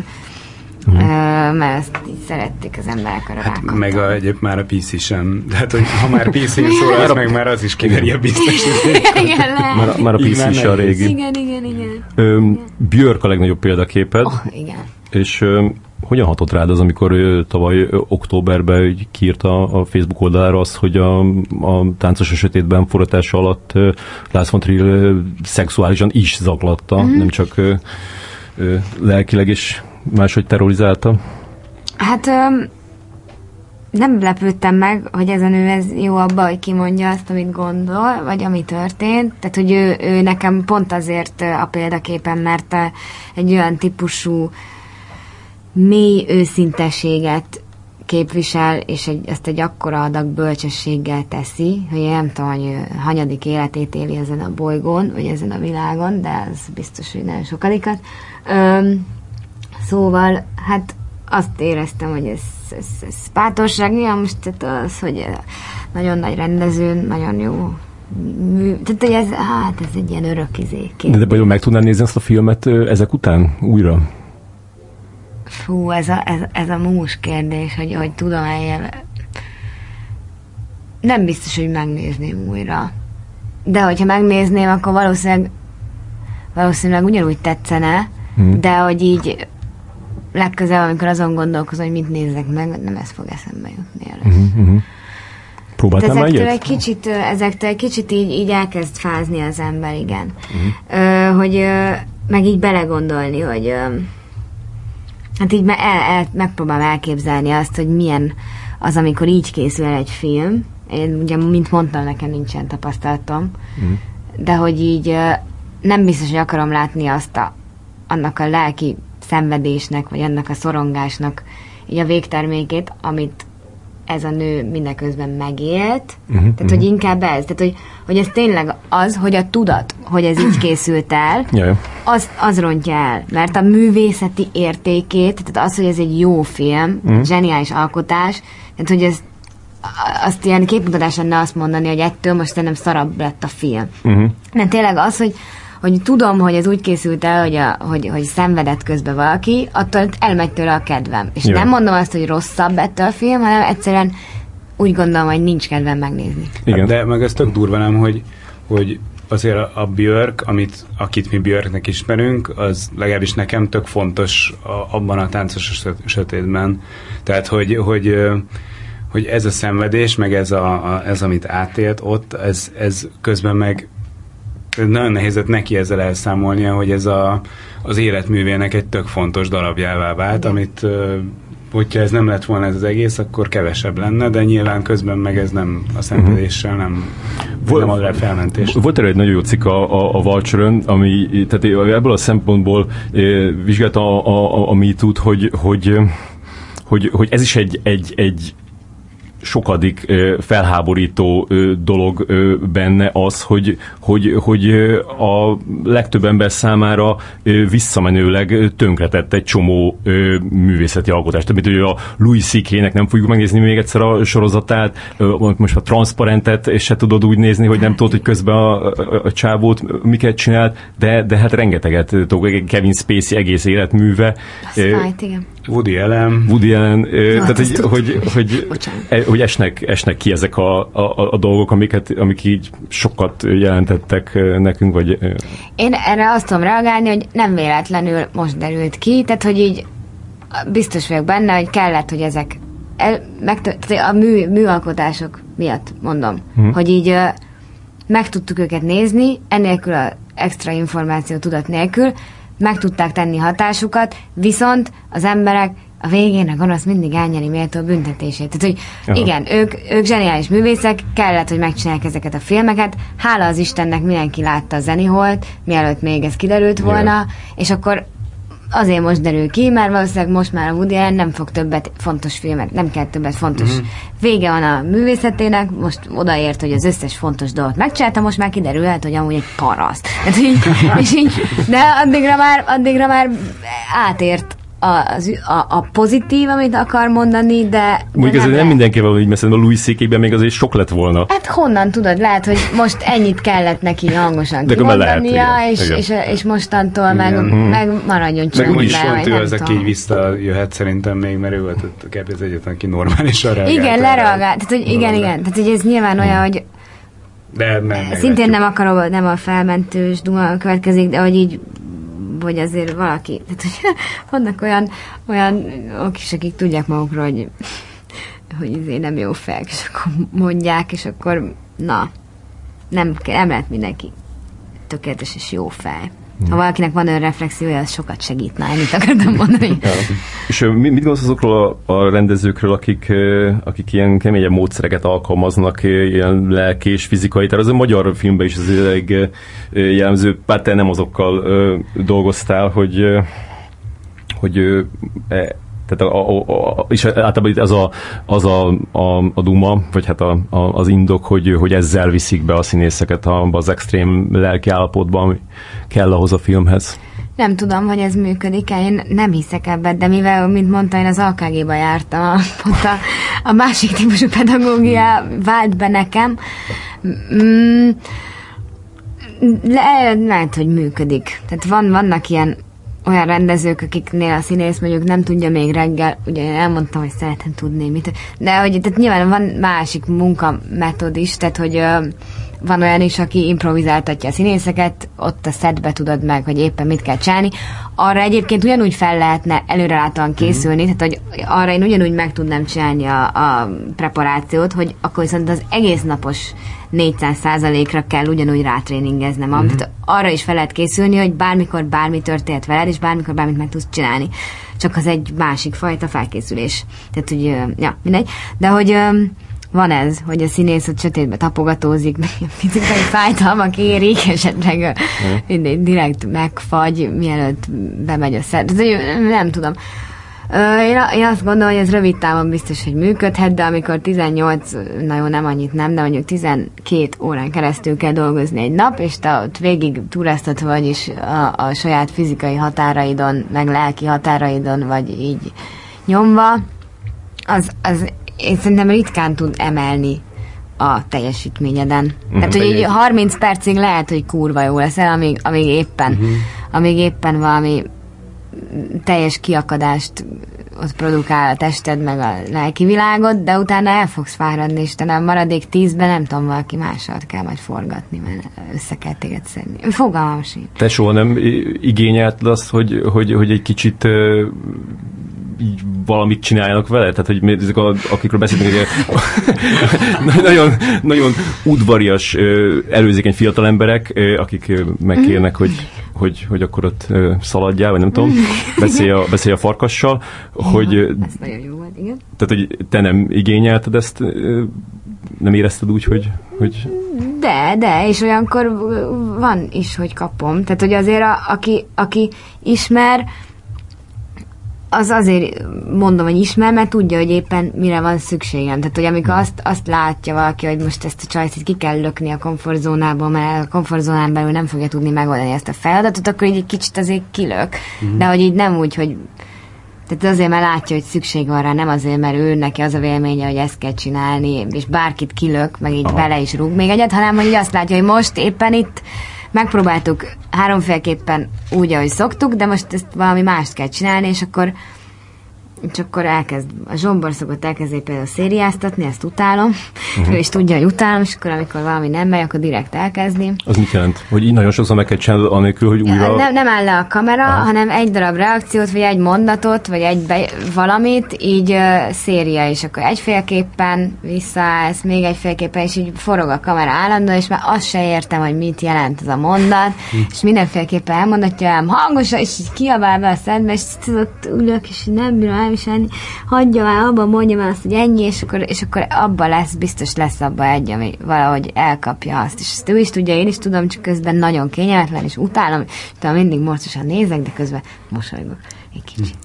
[SPEAKER 3] mert ezt így szerették az emberek arra rákapni.
[SPEAKER 2] Meg egyéb már a PC sem. Tehát, hogy ha már PC-n szól, meg már az is kiveri a biztosítékot.
[SPEAKER 1] Már a PC is a régi.
[SPEAKER 3] Igen.
[SPEAKER 1] Björk a legnagyobb példaképed.
[SPEAKER 3] Igen.
[SPEAKER 1] És hogyan hatott rád az, amikor tavaly októberben kiírta a Facebook oldalára azt, hogy a Táncos a sötétben forratása alatt Lars von Trier szexuálisan is zaklatta, nem csak lelkileg és máshogy terrorizálta?
[SPEAKER 3] Hát nem lepődtem meg, hogy ez a nő ez jó abba, hogy kimondja azt, amit gondol, vagy ami történt. Tehát, hogy ő nekem pont azért a példaképen, mert egy olyan típusú mély őszintességet képvisel, és ezt egy akkora adag bölcsességgel teszi, hogy én nem tudom, hogy hanyadik életét éli ezen a bolygón, vagy ezen a világon, de az biztos, hogy nagyon sokadikat. Szóval, hát azt éreztem, hogy ez bátorság, most az, hogy nagyon nagy rendező, nagyon jó tehát, hogy ez egy ilyen örök izék.
[SPEAKER 1] De például meg tudnál nézni azt a filmet ezek után újra?
[SPEAKER 3] Fú, ez a mús kérdés, hogy tudom-e nem biztos, hogy megnézném újra. De hogyha megnézném, akkor valószínűleg ugyanúgy tetszene, de hogy így legközelebb, amikor azon gondolkozom, hogy mit nézzek meg, nem ez fog eszembe jutni először.
[SPEAKER 1] Próbáltál már ilyet?
[SPEAKER 3] Ezektől egy kicsit így elkezd fázni az ember, igen. Hogy meg így belegondolni, hogy hát így megpróbálom elképzelni azt, hogy milyen az, amikor így készül egy film. Én ugye, mint mondtam, nekem nincsen tapasztalatom, de hogy így nem biztos, hogy akarom látni azt annak a lelki szenvedésnek, vagy annak a szorongásnak így a végtermékét, amit ez a nő mindeközben megélt. Tehát, hogy inkább ez. Tehát, hogy ez tényleg az, hogy a tudat, hogy ez így készült el, az rontja el. Mert a művészeti értékét, tehát az, hogy ez egy jó film, zseniális alkotás, tehát, hogy ez azt ilyen képmutatás lenne azt mondani, hogy ettől most szerintem szarabb lett a film. De tényleg az, hogy tudom, hogy ez úgy készült el, hogy szenvedett közben valaki, attól elmegy tőle a kedvem. És nem mondom azt, hogy rosszabb ettől a film, hanem egyszerűen úgy gondolom, hogy nincs kedvem megnézni.
[SPEAKER 2] Igen. De meg ez tök durva, nem, hogy azért a Björk, akit mi Björknek ismerünk, az legalábbis nekem tök fontos abban a táncos sötétben. Tehát, hogy ez a szenvedés, meg ez amit átélt ott, ez közben meg nagyon nehéz neki ezzel elszámolnia, hogy ez az életművének egy tök fontos darabjává vált, amit hogyha ez nem lett volna ez az egész, akkor kevesebb lenne, de nyilván közben meg ez nem a szenvedéssel nem ad rá felmentés.
[SPEAKER 1] Volt erre egy nagyon jó cikk a Vulture-ön, ami tehát ebből a szempontból vizsgálta a MeToo-t, hogy ez is egy sokadik felháborító dolog benne az, hogy a legtöbb ember számára visszamenőleg tönkretett egy csomó művészeti alkotást. Tehát, hogy a Louis C.K.-nek nem fogjuk megnézni még egyszer a sorozatát, most a Transzparentet, és se tudod úgy nézni, hogy nem tudod, hogy közben a csávót miket csinált, de hát rengeteget, Kevin Spacey egész életműve.
[SPEAKER 3] Igen.
[SPEAKER 2] Woody Allen,
[SPEAKER 1] tehát hogy esnek ki ezek a dolgok, amik így sokat jelentettek nekünk, vagy...
[SPEAKER 3] Én erre azt tudom reagálni, hogy nem véletlenül most derült ki, tehát hogy így biztos vagyok benne, hogy kellett, hogy ezek a műalkotások miatt mondom, hogy így meg tudtuk őket nézni, ennélkül az extra információ tudat nélkül, meg tudták tenni hatásukat, viszont az emberek a végén a gonosz mindig elnyeri méltó büntetését. Tehát, hogy igen, ők zseniális művészek, kellett, hogy megcsinálják ezeket a filmeket. Hála az Istennek mindenki látta a Zeniholt, mielőtt még ez kiderült volna, és akkor azért most derül ki, mert valószínűleg most már a Woody Allen nem fog többet fontos filmet, nem kell többet fontos. Vége van a művészetének, most odaért, hogy az összes fontos dolgot megcsinálta, most már kiderülhet, hogy amúgy egy paraszt. De addigra már átért a pozitív, amit akar mondani, de
[SPEAKER 1] mondjuk ez nem mindenkivel így, mert szerintem a Louis C.K.-ben még azért sok lett volna.
[SPEAKER 3] Hát honnan tudod? Lehet, hogy most ennyit kellett neki hangosan kimondania, és mostantól meg maradjon csak.
[SPEAKER 2] Meg úgyis pont ő az, aki így visszajöhet szerintem még, mert ő volt az egyetlen, aki normálisan reagált.
[SPEAKER 3] Igen, lereagált. Tehát, hogy igen. Tehát, hogy ez nyilván olyan, hogy szintén nem akarok, nem a felmentős duma következik, de hogy így hogy azért valaki, tehát hogy vannak olyan is, akik tudják magukról, hogy azért nem jó fejek, és akkor mondják, és akkor nem lehet mindenki tökéletes és jó fej. Ha valakinek van önreflexiója, az sokat segít. Ennyit akartam mondani.
[SPEAKER 1] Ja. És mit gondolsz azokról a rendezőkről, akik ilyen keményebb módszereket alkalmaznak, ilyen lelki és fizikai, tehát az a magyar filmben is az elég jellemző, bár te nem azokkal dolgoztál, hogy tehát és általában az a duma, vagy hát az indok, hogy ezzel viszik be a színészeket abba az extrém lelki állapotba, ami kell ahhoz a filmhez.
[SPEAKER 3] Nem tudom, hogy ez működik-e, én nem hiszek ebben, de mivel, mint mondta, én az AKG-ba jártam, pont a másik típusú pedagógia vált be nekem. Lehet, hogy működik. Tehát vannak olyan rendezők, akiknél a színész mondjuk nem tudja még reggel, ugye elmondtam, hogy szeretem tudni mit, de hogy tehát nyilván van másik munkametod is, tehát hogy van olyan is, aki improvizáltatja a színészeket, ott a setbe tudod meg, hogy éppen mit kell csinálni. Arra egyébként ugyanúgy fel lehetne előrelátóan készülni, tehát hogy arra én ugyanúgy meg tudnám csinálni a preparációt, hogy akkor viszont az egész napos 400%-ra kell ugyanúgy rátréningeznem. Tehát arra is fel lehet készülni, hogy bármikor bármi történt veled, és bármikor bármit meg tudsz csinálni. Csak az egy másik fajta felkészülés. Tehát, hogy, mindegy. De, hogy van ez, hogy a színész ott sötétbe tapogatózik, fizikai fájdalmak érik, esetleg direkt megfagy, mielőtt bemegy a szer. Nem tudom. Én azt gondolom, hogy ez rövid távon biztos, hogy működhet, de amikor 18, na jó, nem annyit nem, de mondjuk 12 órán keresztül kell dolgozni egy nap, és te ott végig túráztatva vagy is a saját fizikai határaidon, meg lelki határaidon vagy így nyomva, az én szerintem ritkán tud emelni a teljesítményeden. Tehát, hogy így 30 percig lehet, hogy kurva jó leszel, amíg éppen valami teljes kiakadást ott produkál a tested, meg a lelki világod, de utána el fogsz fáradni, és te maradék 10-ben nem tudom, valaki másokat kell majd forgatni, mert össze kell téged szedni. Fogalmam sincs.
[SPEAKER 1] Te soha nem igényelted azt, hogy egy kicsit így valamit csináljanak vele? Tehát, hogy ezek akikről beszélünk, nagyon, nagyon udvarias, előzékeny fiatal emberek, akik megkérnek, hogy akkor ott szaladjál, vagy nem tudom, beszélj a farkassal, hogy...
[SPEAKER 3] Ez nagyon jó volt, igen.
[SPEAKER 1] Tehát, hogy te nem igényelted ezt, nem érezted úgy, hogy...
[SPEAKER 3] De, és olyankor van is, hogy kapom. Tehát, hogy azért aki ismer, az azért mondom, hogy ismer, mert tudja, hogy éppen mire van szükségem. Tehát, hogy amikor azt látja valaki, hogy most ezt a csajszit ki kell lökni a komfortzónából, mert a komfortzónán belül nem fogja tudni megoldani ezt a feladatot, akkor így egy kicsit azért kilök. De hogy így nem úgy, hogy tehát azért, mert látja, hogy szükség van rá, nem azért, mert ő neki az a véleménye, hogy ezt kell csinálni, és bárkit kilök, meg így bele is rúg még egyet, hanem hogy így azt látja, hogy most éppen itt megpróbáltuk háromféleképpen úgy, ahogy szoktuk, de most ezt valami mást kell csinálni, és akkor elkezd, a Zsombor szokott elkezdeni például szériáztatni, ezt utálom, ő is tudja, hogy utálom, és akkor amikor valami nem megy, akkor direkt elkezdi.
[SPEAKER 1] Az mit jelent? Hogy így nagyon sokszor meg kell csinálni, anélkül, hogy újra...
[SPEAKER 3] Nem áll le a kamera, hanem egy darab reakciót, vagy egy mondatot, vagy valamit, így széria, és akkor egyféleképpen visszaállsz, még egyféleképpen, és így forog a kamera állandóan, és már azt se értem, hogy mit jelent ez a mondat, és mindenféleképpen elmondatja el hangosan, és így kiabál be a szedbe, és ott ülök, és nem bírom elviselni, hagyja már, abban mondja már azt, hogy ennyi, és akkor abban biztos lesz abban egy, ami valahogy elkapja azt, és ezt ő is tudja, én is tudom, csak közben nagyon kényelmetlen, és utálom, és mindig morcosan nézek, de közben mosolygok egy kicsit.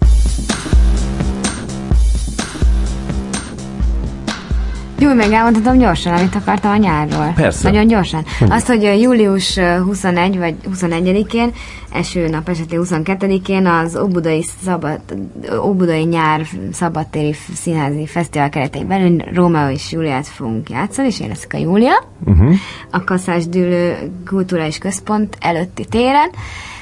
[SPEAKER 3] Jó, még elmondhatom gyorsan, amit akartam a nyárról.
[SPEAKER 1] Persze.
[SPEAKER 3] Nagyon gyorsan. Azt, hogy július 21 vagy 21-én, eső nap esetén 22-én az Óbudai nyár szabadtéri színházi fesztivál keretei belül Rómeó és Júliát fogunk játszani, és én leszek a Júlia. A Kaszásdűlő Kulturális Központ előtti téren.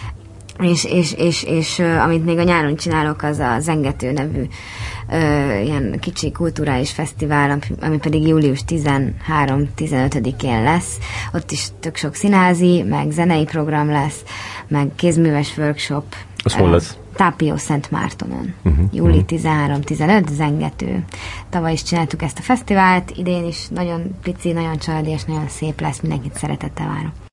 [SPEAKER 3] És amit még a nyáron csinálok, az a Zengető nevű ilyen kicsi kulturális fesztivál, ami pedig július 13-15-én lesz. Ott is tök sok színházi, meg zenei program lesz, meg kézműves workshop.
[SPEAKER 1] Az hol lesz?
[SPEAKER 3] Tápió Szent Mártonon. Júli 13-15, Zengető. Tavaly is csináltuk ezt a fesztivált, idén is nagyon pici, nagyon családias, nagyon szép lesz, mindenkit szeretettel várok.